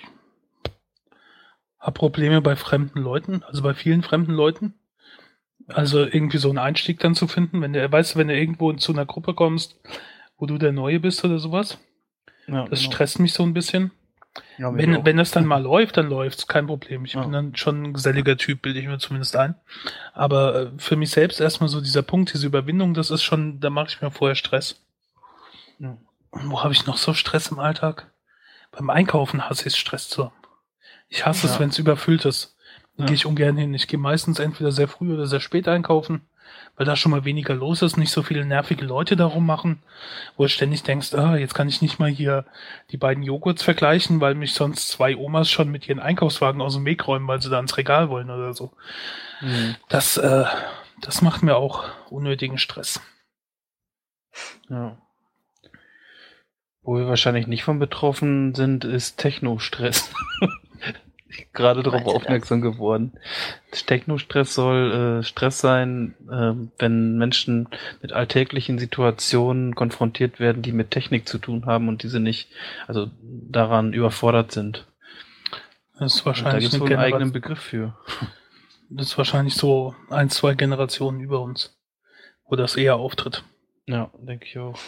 habe Probleme bei fremden Leuten, also bei vielen fremden Leuten. Also irgendwie so einen Einstieg dann zu finden, wenn du, weißt du, wenn du irgendwo zu einer Gruppe kommst, wo du der Neue bist oder sowas. Ja, Das genau. stresst mich so ein bisschen. Ja, mich Wenn, auch. wenn das dann mal läuft, dann läuft's, kein Problem. Ich Ja. bin dann schon ein geselliger Typ, bilde ich mir zumindest ein. Aber äh, für mich selbst erstmal so dieser Punkt, diese Überwindung, das ist schon, da mache ich mir vorher Stress. Ja. Und wo habe ich noch so Stress im Alltag? Beim Einkaufen hasse ich es, Stress zu haben. Ich hasse es, Ja. wenn es überfüllt ist. Dann Ja. gehe ich ungern hin. Ich gehe meistens entweder sehr früh oder sehr spät einkaufen, weil da schon mal weniger los ist, nicht so viele nervige Leute darum machen, wo du ständig denkst, ah, jetzt kann ich nicht mal hier die beiden Joghurts vergleichen, weil mich sonst zwei Omas schon mit ihren Einkaufswagen aus dem Weg räumen, weil sie da ins Regal wollen oder so. Mhm. Das, äh, das macht mir auch unnötigen Stress. Ja. Wo wir wahrscheinlich nicht von betroffen sind, ist Technostress. Gerade darauf Meinst du aufmerksam geworden. Technostress soll äh, Stress sein, äh, wenn Menschen mit alltäglichen Situationen konfrontiert werden, die mit Technik zu tun haben und diese nicht, also daran überfordert sind. Das ist Und da wahrscheinlich gibt es eine wohl einen Genera- eigenen Begriff für. Das ist wahrscheinlich so ein, zwei Generationen über uns, wo das eher auftritt. Ja, denke ich auch.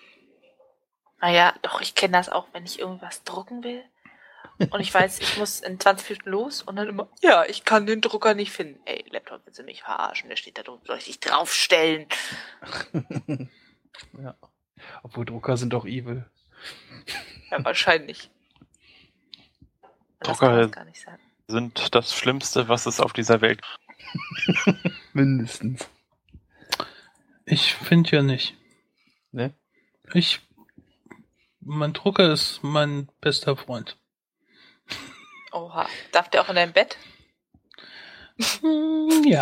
Naja, doch, ich kenne das auch, wenn ich irgendwas drucken will. Und ich weiß, ich muss in zwanzig Minuten los und dann immer, ja, ich kann den Drucker nicht finden. Ey, Laptop, willst du mich verarschen? Der steht da drunter, soll ich dich draufstellen? Ja. Obwohl Drucker sind doch evil. Ja, wahrscheinlich. Das Drucker kann man gar nicht sagen. Sind das Schlimmste, was es auf dieser Welt gibt. Mindestens. Ich finde ja nicht. Ne? Ich, mein Drucker ist mein bester Freund. Oha. Darf der auch in deinem Bett? Ja.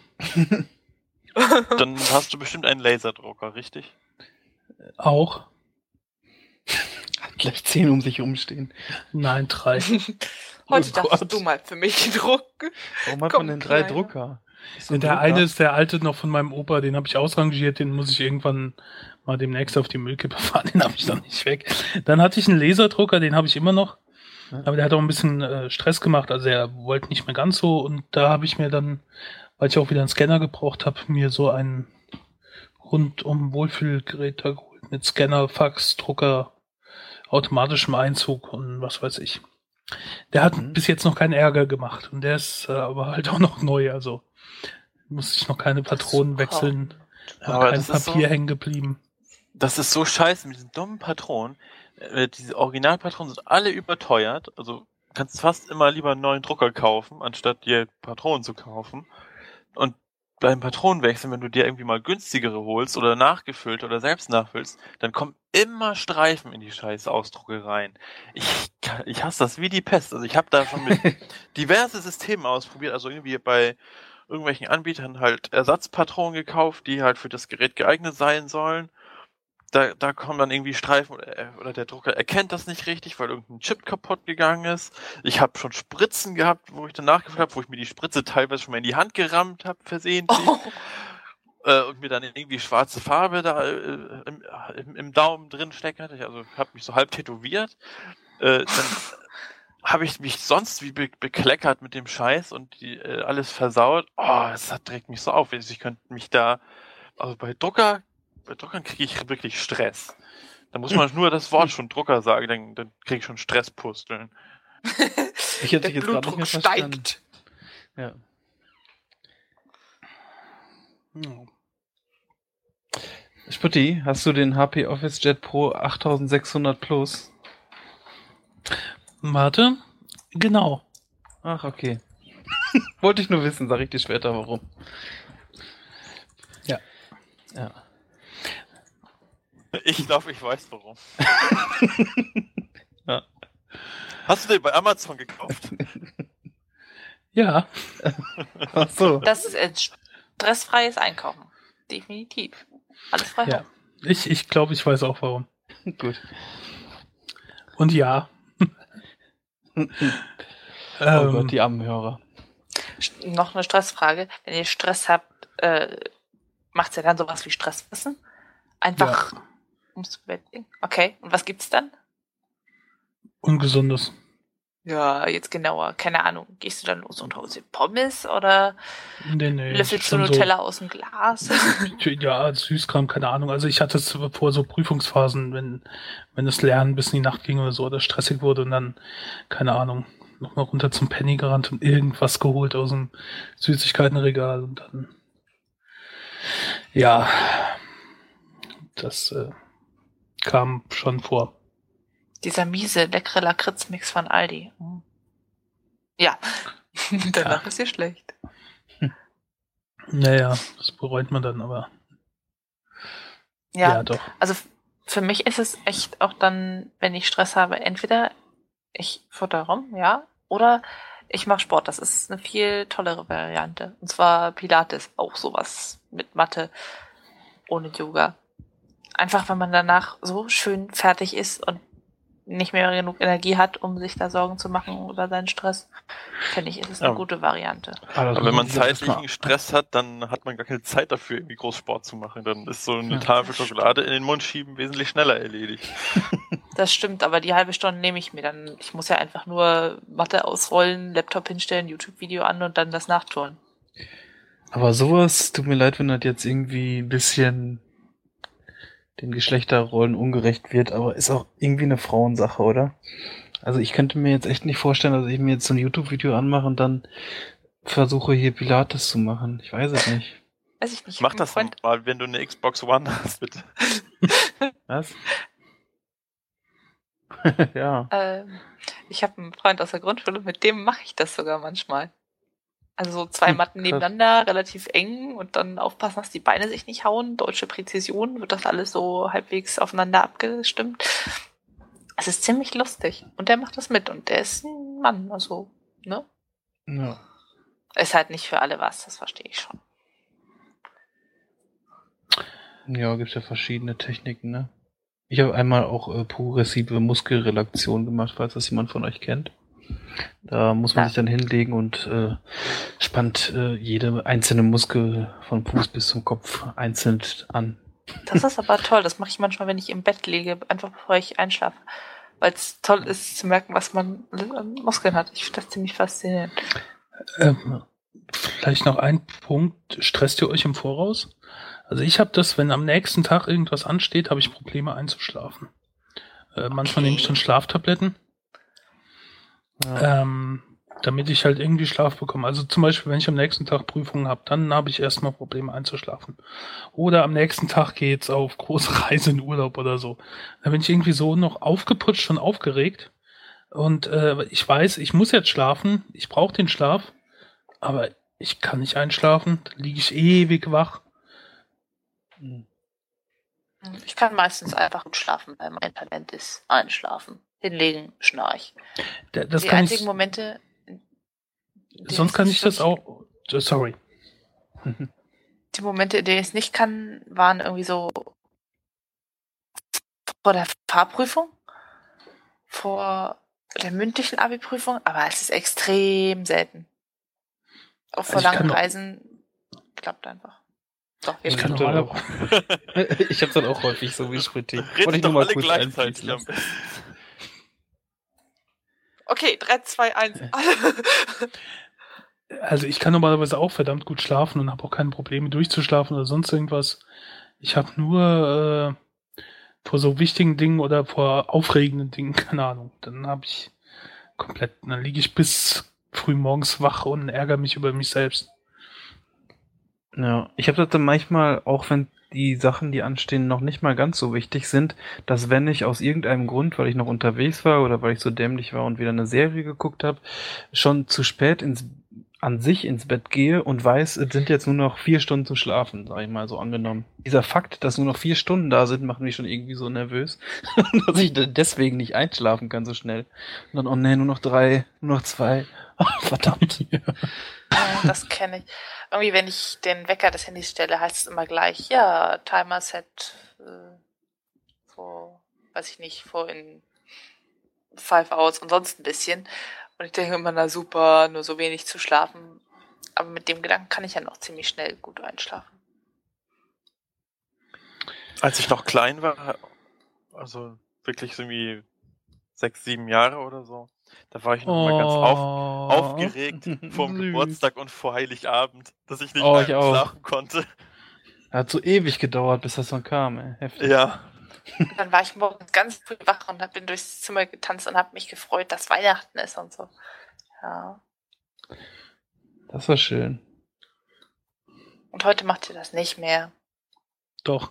Dann hast du bestimmt einen Laserdrucker, richtig? Auch. Hat gleich zehn um sich rumstehen. Nein, drei. Heute Oh darfst Gott. du mal für mich drucken. Warum hat Komm, man denn drei Kleiner. Drucker? Ist so ein Der Drucker? eine ist der alte noch von meinem Opa, den habe ich ausrangiert, den muss ich irgendwann mal demnächst auf die Müllkippe fahren, den habe ich dann nicht weg. Dann hatte ich einen Laserdrucker, den habe ich immer noch, aber der hat auch ein bisschen äh, Stress gemacht, also er wollte nicht mehr ganz so und da habe ich mir dann weil ich auch wieder einen Scanner gebraucht habe, mir so ein rundum Wohlfühlgerät da geholt mit Scanner, Fax, Drucker, automatischem Einzug und was weiß ich. Der hat Mhm. bis jetzt noch keinen Ärger gemacht und der ist äh, aber halt auch noch neu, also muss ich noch keine Patronen Super. wechseln, Ja, noch aber kein das ist Papier so- hängen geblieben. Das ist so scheiße mit diesen dummen Patronen. Äh, diese Originalpatronen sind alle überteuert. Also kannst fast immer lieber einen neuen Drucker kaufen, anstatt dir Patronen zu kaufen. Und beim Patronenwechsel, wenn du dir irgendwie mal günstigere holst oder nachgefüllt oder selbst nachfüllst, dann kommen immer Streifen in die scheiß Ausdrucke rein. Ich, ich hasse das wie die Pest. Also ich habe da schon mit diverse Systeme ausprobiert, also irgendwie bei irgendwelchen Anbietern halt Ersatzpatronen gekauft, die halt für das Gerät geeignet sein sollen. Da, da kommen dann irgendwie Streifen oder, oder der Drucker erkennt das nicht richtig, weil irgendein Chip kaputt gegangen ist. Ich habe schon Spritzen gehabt, wo ich dann nachgefragt habe, wo ich mir die Spritze teilweise schon mal in die Hand gerammt habe, versehentlich. Oh. Äh, und mir dann irgendwie schwarze Farbe da äh, im, im, im Daumen drin stecken hatte. Ich also habe mich so halb tätowiert. Äh, dann habe ich mich sonst wie be bekleckert mit dem Scheiß und die, äh, alles versaut. Oh, das hat direkt mich so auf. Ich könnte mich da, also bei Drucker, bei Druckern kriege ich wirklich Stress. Da muss man nur das Wort schon Drucker sagen, dann, dann kriege ich schon Stresspusteln. Ich hätte Der dich jetzt gerade nicht Blutdruck mehr verstanden. steigt. Ja. Ja. Sputti, hast du den H P OfficeJet Pro achttausendsechshundert Plus? Warte, genau. Ach, okay. Wollte ich nur wissen, sag ich dir später warum. Ja. Ja. Ich glaube, ich weiß warum. Ja. Hast du den bei Amazon gekauft? Ja, Ach so. Das ist ein stressfreies Einkaufen. Definitiv. Alles frei. ja. Ich, ich glaube, ich weiß auch warum. Gut. Und ja. Oh ähm, Gott, die armen Hörer. Noch eine Stressfrage. Wenn ihr Stress habt, äh, macht ihr dann sowas wie Stresswissen? Einfach ums zu bewältigen? Okay. Und was gibt's dann? Ungesundes. Ja, jetzt genauer. Keine Ahnung. Gehst du dann los und holst dir Pommes oder Nee, nee. löffelst du schon Nutella aus dem Glas? So, ja, Süßkram, keine Ahnung. Also ich hatte es vor so Prüfungsphasen, wenn, wenn das Lernen bis in die Nacht ging oder so oder stressig wurde und dann, keine Ahnung, nochmal runter zum Penny gerannt und irgendwas geholt aus dem Süßigkeitenregal und dann, ja, das äh, kam schon vor. Dieser miese, leckere Lakritzmix von Aldi. Hm. Ja. Danach Ja. ist dir schlecht. Naja, das bereut man dann, aber Ja, ja, doch. also f- für mich ist es echt auch dann, wenn ich Stress habe, entweder ich futter rum, ja, oder ich mache Sport. Das ist eine viel tollere Variante. Und zwar Pilates, auch sowas mit Matte, ohne Yoga. Einfach, wenn man danach so schön fertig ist und nicht mehr genug Energie hat, um sich da Sorgen zu machen über seinen Stress, finde ich, ist es eine Ja. gute Variante. Aber wenn man zeitlichen Stress hat, dann hat man gar keine Zeit dafür, irgendwie groß Sport zu machen. Dann ist so eine Ja. Tafel Schokolade in den Mund schieben wesentlich schneller erledigt. Das stimmt, aber die halbe Stunde nehme ich mir dann. Ich muss ja einfach nur Matte ausrollen, Laptop hinstellen, YouTube-Video an und dann das nachtun. Aber sowas, tut mir leid, wenn das jetzt irgendwie ein bisschen den Geschlechterrollen ungerecht wird, aber ist auch irgendwie eine Frauensache, oder? Also ich könnte mir jetzt echt nicht vorstellen, dass ich mir jetzt so ein YouTube-Video anmache und dann versuche hier Pilates zu machen. Ich weiß es nicht. Weiß ich nicht. Mach Ein das Freund, mal, wenn du eine Xbox One hast, bitte. Was? Ja. ähm, ich habe einen Freund aus der Grundschule, mit dem mache ich das sogar manchmal. Also so zwei Hm, Matten krass. nebeneinander, relativ eng und dann aufpassen, dass die Beine sich nicht hauen. Deutsche Präzision, wird das alles so halbwegs aufeinander abgestimmt. Es ist ziemlich lustig. Und der macht das mit und der ist ein Mann, also, ne? Ja. Ist halt nicht für alle was, das verstehe ich schon. Ja, gibt's ja verschiedene Techniken, ne? Ich habe einmal auch äh, progressive Muskelrelaktion gemacht, falls das jemand von euch kennt. Da muss man Ja. sich dann hinlegen und äh, spannt äh, jede einzelne Muskel von Fuß bis zum Kopf einzeln an. Das ist aber toll, das mache ich manchmal, wenn ich im Bett liege, einfach bevor ich einschlafe. Weil es toll ist zu merken, was man an Muskeln hat. Ich finde das ziemlich faszinierend. Ähm, Vielleicht noch ein Punkt. Stresst ihr euch im Voraus? Also ich habe das, wenn am nächsten Tag irgendwas ansteht, habe ich Probleme einzuschlafen. Äh, manchmal Okay. nehme ich dann Schlaftabletten, Ja. ähm, damit ich halt irgendwie Schlaf bekomme. Also zum Beispiel, wenn ich am nächsten Tag Prüfungen habe, dann habe ich erstmal Probleme einzuschlafen. Oder am nächsten Tag geht's auf große Reise in Urlaub oder so. Da bin ich irgendwie so noch aufgeputscht und aufgeregt. Und äh, ich weiß, ich muss jetzt schlafen, ich brauche den Schlaf, aber ich kann nicht einschlafen, dann liege ich ewig wach. Mhm. Ich kann meistens einfach gut schlafen, weil mein Talent ist einschlafen. Hinlegen, schnarch. Da- Das Die kann einzigen ich, Momente. in denen sonst es kann nicht ich das wirklich- auch, äh, sorry. Die Momente, in denen ich es nicht kann, waren irgendwie so vor der Fahrprüfung, vor der mündlichen Abi-Prüfung, aber es ist extrem selten. Auch vor Also ich kann langen noch- Reisen klappt einfach. Doch, Ich jetzt kann Ja, normaler- auch. Ich hab's dann auch häufig so wie Spritti. Redet Wollte ich doch nur mal alle kurz gleichzeitig einfließen am lassen. besten. Okay, drei, zwei, eins. Also ich kann normalerweise auch verdammt gut schlafen und habe auch keine Probleme durchzuschlafen oder sonst irgendwas. Ich habe nur äh, vor so wichtigen Dingen oder vor aufregenden Dingen, keine Ahnung. Dann habe ich komplett, dann liege ich bis früh morgens wach und ärgere mich über mich selbst. Ja, ich habe das dann manchmal, auch wenn die Sachen, die anstehen, noch nicht mal ganz so wichtig sind, dass wenn ich aus irgendeinem Grund, weil ich noch unterwegs war oder weil ich so dämlich war und wieder eine Serie geguckt habe, schon zu spät ins an sich ins Bett gehe und weiß, es sind jetzt nur noch vier Stunden zu schlafen, sag ich mal so angenommen. Dieser Fakt, dass nur noch vier Stunden da sind, macht mich schon irgendwie so nervös, dass ich deswegen nicht einschlafen kann so schnell. Und dann, oh nee, nur noch drei, nur noch zwei. Verdammt. Ja, das kenne ich. Irgendwie, wenn ich den Wecker des Handys stelle, heißt es immer gleich, ja, Timer Set äh, vor, weiß ich nicht, vor in five hours und sonst ein bisschen. Und ich denke immer, na super, nur so wenig zu schlafen. Aber mit dem Gedanken kann ich ja noch ziemlich schnell gut einschlafen. Als ich noch klein war, also wirklich so wie sechs, sieben Jahre oder so, da war ich noch immer ganz auf, aufgeregt vorm Süß. Geburtstag und vor Heiligabend, dass ich nicht Oh, ich auch. schlafen konnte. Hat so ewig gedauert, bis das dann kam, ey. Heftig. Ja. Dann war ich morgens ganz früh wach und hab, bin durchs Zimmer getanzt und habe mich gefreut, dass Weihnachten ist und so. Ja. Das war schön. Und heute macht ihr das nicht mehr. Doch.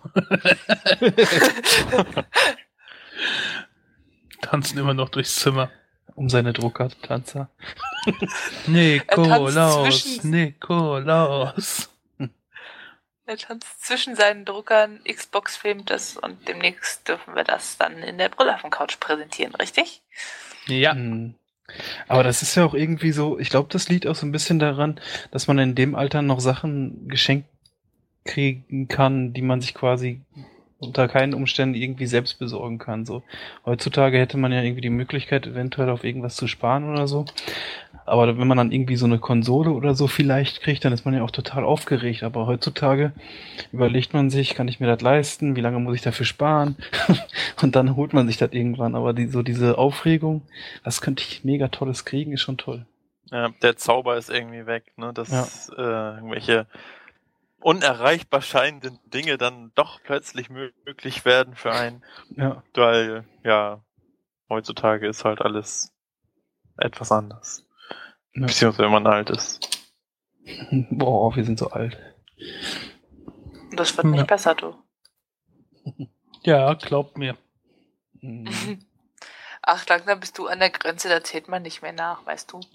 Tanzen immer noch durchs Zimmer. Um seine Druckertanzer. Nikolaus, zwischen- Nikolaus. Er tanzt zwischen seinen Druckern, Xbox filmt das und demnächst dürfen wir das dann in der Brille auf dem Couch präsentieren, richtig? Ja. Hm. Aber das ist ja auch irgendwie so, ich glaube, das liegt auch so ein bisschen daran, dass man in dem Alter noch Sachen geschenkt kriegen kann, die man sich quasi unter keinen Umständen irgendwie selbst besorgen kann. So heutzutage hätte man ja irgendwie die Möglichkeit, eventuell auf irgendwas zu sparen oder so. Aber wenn man dann irgendwie so eine Konsole oder so vielleicht kriegt, dann ist man ja auch total aufgeregt. Aber heutzutage überlegt man sich, kann ich mir das leisten? Wie lange muss ich dafür sparen? Und dann holt man sich das irgendwann. Aber die, so diese Aufregung, was könnte ich mega Tolles kriegen, ist schon toll. Ja, der Zauber ist irgendwie weg, ne? Dass äh, irgendwelche unerreichbar scheinenden Dinge dann doch plötzlich mö- möglich werden für einen. Ja. Weil, ja, heutzutage ist halt alles etwas anders. Ja. Beziehungsweise wenn man alt ist. Boah, wir sind so alt. Und das wird Ja. nicht besser, du. Ja, glaubt mir. Mhm. Ach, langsam bist du an der Grenze, da zählt man nicht mehr nach, weißt du?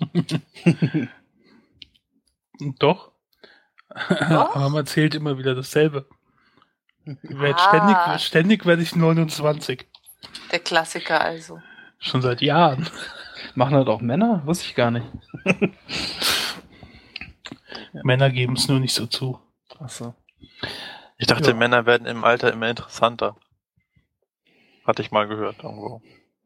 Doch. Doch? Aber man zählt immer wieder dasselbe. Ich werd Ah. ständig, ständig werde ich neunundzwanzig. Der Klassiker also. Schon seit Jahren. Machen das auch Männer? Wusste ich gar nicht. Männer geben es nur nicht so zu. Achso. Ich dachte, Ja. Männer werden im Alter immer interessanter. Hatte ich mal gehört irgendwo.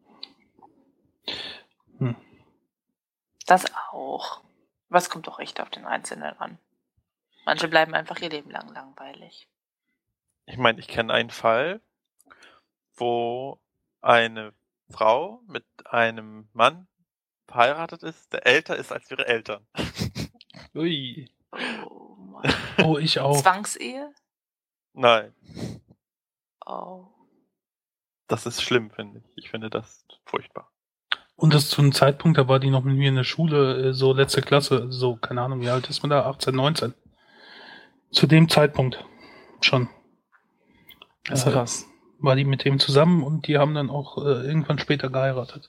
Das auch. Was kommt doch echt auf den Einzelnen an? Manche bleiben einfach ihr Leben lang langweilig. Ich meine, ich kenne einen Fall, wo eine Frau mit einem Mann verheiratet ist, der älter ist als ihre Eltern. Ui. Oh, Mann. Oh, ich auch. Zwangsehe? Nein, Oh. das ist schlimm, finde ich. Ich finde das furchtbar. Und das zu einem Zeitpunkt, da war die noch mit mir in der Schule, äh, so letzte Klasse, so, keine Ahnung, wie alt ist man da? achtzehn, neunzehn. Zu dem Zeitpunkt schon. Das ist Äh, krass. War die mit dem zusammen und die haben dann auch äh, irgendwann später geheiratet.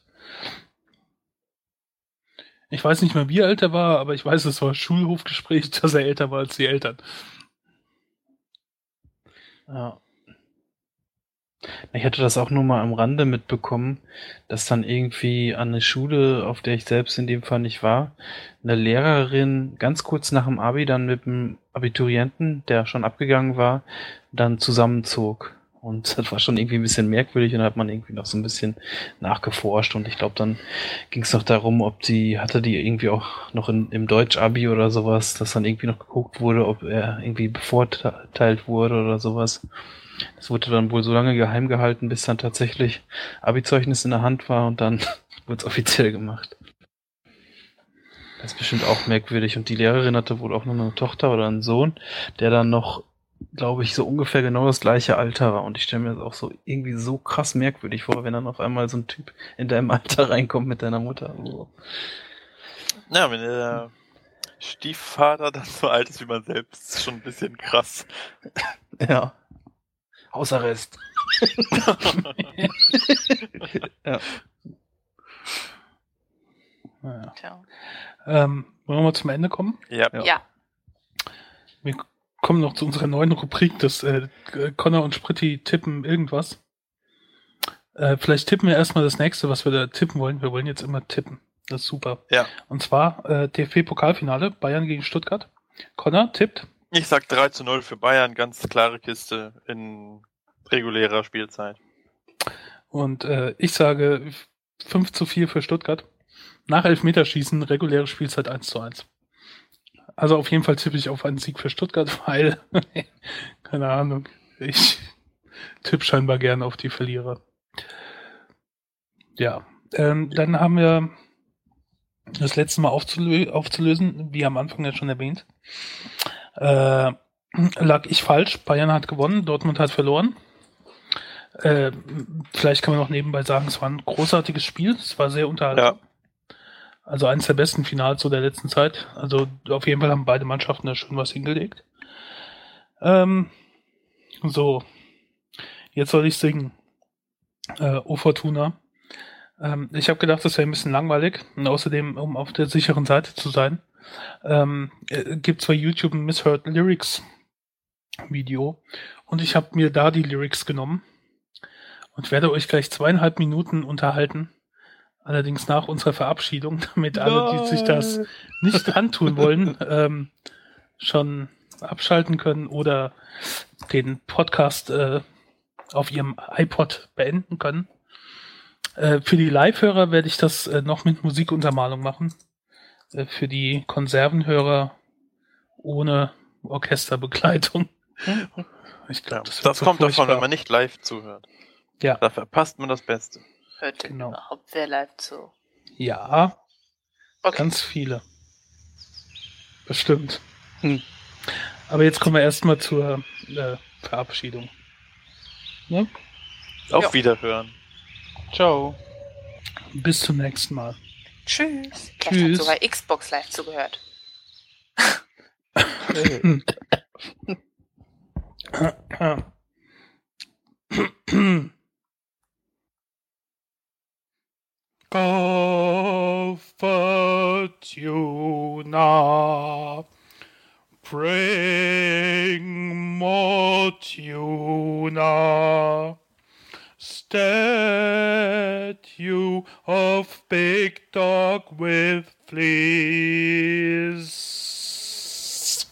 Ich weiß nicht mehr, wie alt er war, aber ich weiß, es war Schulhofgespräch, dass er älter war als die Eltern. Ja. Ich hatte das auch nur mal am Rande mitbekommen, dass dann irgendwie an der Schule, auf der ich selbst in dem Fall nicht war, eine Lehrerin ganz kurz nach dem Abi dann mit einem Abiturienten, der schon abgegangen war, dann zusammenzog. Und das war schon irgendwie ein bisschen merkwürdig und da hat man irgendwie noch so ein bisschen nachgeforscht und ich glaube, dann ging es noch darum, ob die, hatte die irgendwie auch noch in, im Deutsch-Abi oder sowas, dass dann irgendwie noch geguckt wurde, ob er irgendwie bevorteilt wurde oder sowas. Das wurde dann wohl so lange geheim gehalten, bis dann tatsächlich Abi-Zeugnis in der Hand war und dann wurde es offiziell gemacht. Das ist bestimmt auch merkwürdig. Und die Lehrerin hatte wohl auch noch eine Tochter oder einen Sohn, der dann noch, glaube ich, so ungefähr genau das gleiche Alter war. Und ich stelle mir das auch so irgendwie so krass merkwürdig vor, wenn dann auf einmal so ein Typ in deinem Alter reinkommt mit deiner Mutter. Oh. Ja, wenn der Stiefvater dann so alt ist wie man selbst, ist schon ein bisschen krass. Ja. Hausarrest. Ja. Naja. Tja. Ähm, wollen wir mal zum Ende kommen? Ja. Ja. Ja. Wir kommen noch zu unserer neuen Rubrik, das äh, Connor und Spritti tippen irgendwas. Äh, vielleicht tippen wir erstmal das nächste, was wir da tippen wollen. Wir wollen jetzt immer tippen. Das ist super. Ja. Und zwar äh, D F B-Pokalfinale, Bayern gegen Stuttgart. Connor tippt. Ich sag drei zu null für Bayern, ganz klare Kiste in regulärer Spielzeit. Und äh, ich sage fünf zu vier für Stuttgart. Nach Elfmeterschießen, reguläre Spielzeit eins zu eins. Also auf jeden Fall tippe ich auf einen Sieg für Stuttgart, weil, keine Ahnung, ich tippe scheinbar gerne auf die Verlierer. Ja, ähm, dann haben wir das letzte Mal aufzulö- aufzulösen, wie am Anfang ja schon erwähnt. Äh, lag ich falsch, Bayern hat gewonnen, Dortmund hat verloren. Äh, vielleicht kann man noch nebenbei sagen, es war ein großartiges Spiel, es war sehr unterhaltsam. Ja. Also eines der besten Finals so der letzten Zeit. Also auf jeden Fall haben beide Mannschaften da schon was hingelegt. Ähm, so, jetzt soll ich singen. Äh, O Fortuna. Ähm, ich habe gedacht, das wäre ein bisschen langweilig. Und außerdem, um auf der sicheren Seite zu sein, ähm, äh, gibt es bei YouTube ein Misheard Lyrics Video. Und ich habe mir da die Lyrics genommen und werde euch gleich zweieinhalb Minuten unterhalten. Allerdings nach unserer Verabschiedung, damit alle, die sich das nicht antun wollen, ähm, schon abschalten können oder den Podcast äh, auf ihrem iPod beenden können. Äh, für die Live-Hörer werde ich das äh, noch mit Musikuntermalung machen. Äh, für die Konservenhörer ohne Orchesterbegleitung. Ich Ja. glaub, Das, wird so kommt davon, furchtbar. wenn man nicht live zuhört. Ja, Da verpasst man das Beste. Hört denn Genau. überhaupt wer live zu? ja, Okay. ganz viele. Bestimmt. Hm. Aber jetzt kommen wir erstmal zur äh, Verabschiedung. Ne? Auf Ja. Wiederhören. Ciao. Bis zum nächsten Mal. Tschüss. Vielleicht Tschüss. hat sogar Xbox live zugehört. Go Fortuna, bring more tuna, statue of big dog with fleas.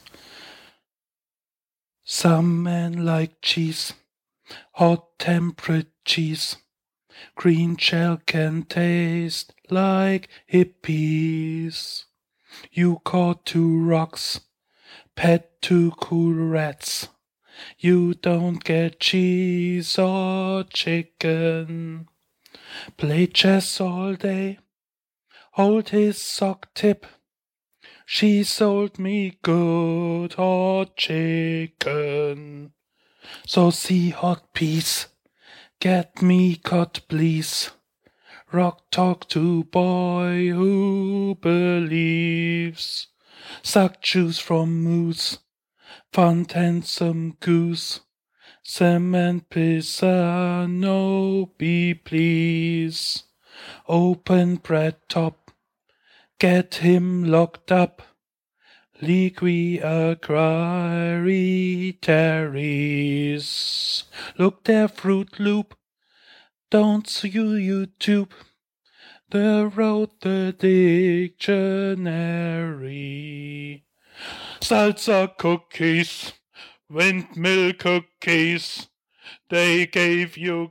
Some men like cheese, hot temperate cheese. Green shell can taste like hippies. You caught two rocks, pet two cool rats. You don't get cheese or chicken. Play chess all day, hold his sock tip. She sold me good hot chicken. So see hot peas, get me cut please. Rock talk to boy who believes. Suck juice from moose, fund handsome goose. Cement pizza, no be please. Open bread top, get him locked up. Liqui agrari terries. Look there, Fruit Loop. Don't you YouTube. The road, the dictionary. Salsa cookies, windmill cookies. They gave you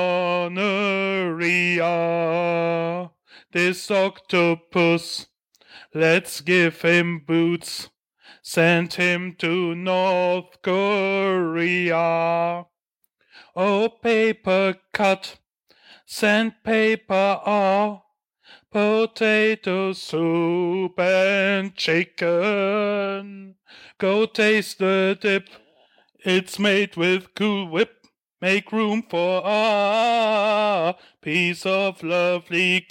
gonorrhea. This octopus, let's give him boots. Send him to North Korea. Oh, paper cut, sandpaper, ah, potato soup and chicken. Go taste the dip, it's made with Cool Whip. Make room for a piece of lovely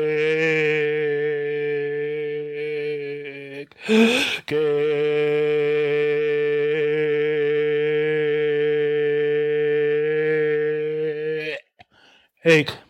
cake. Cake. Cake.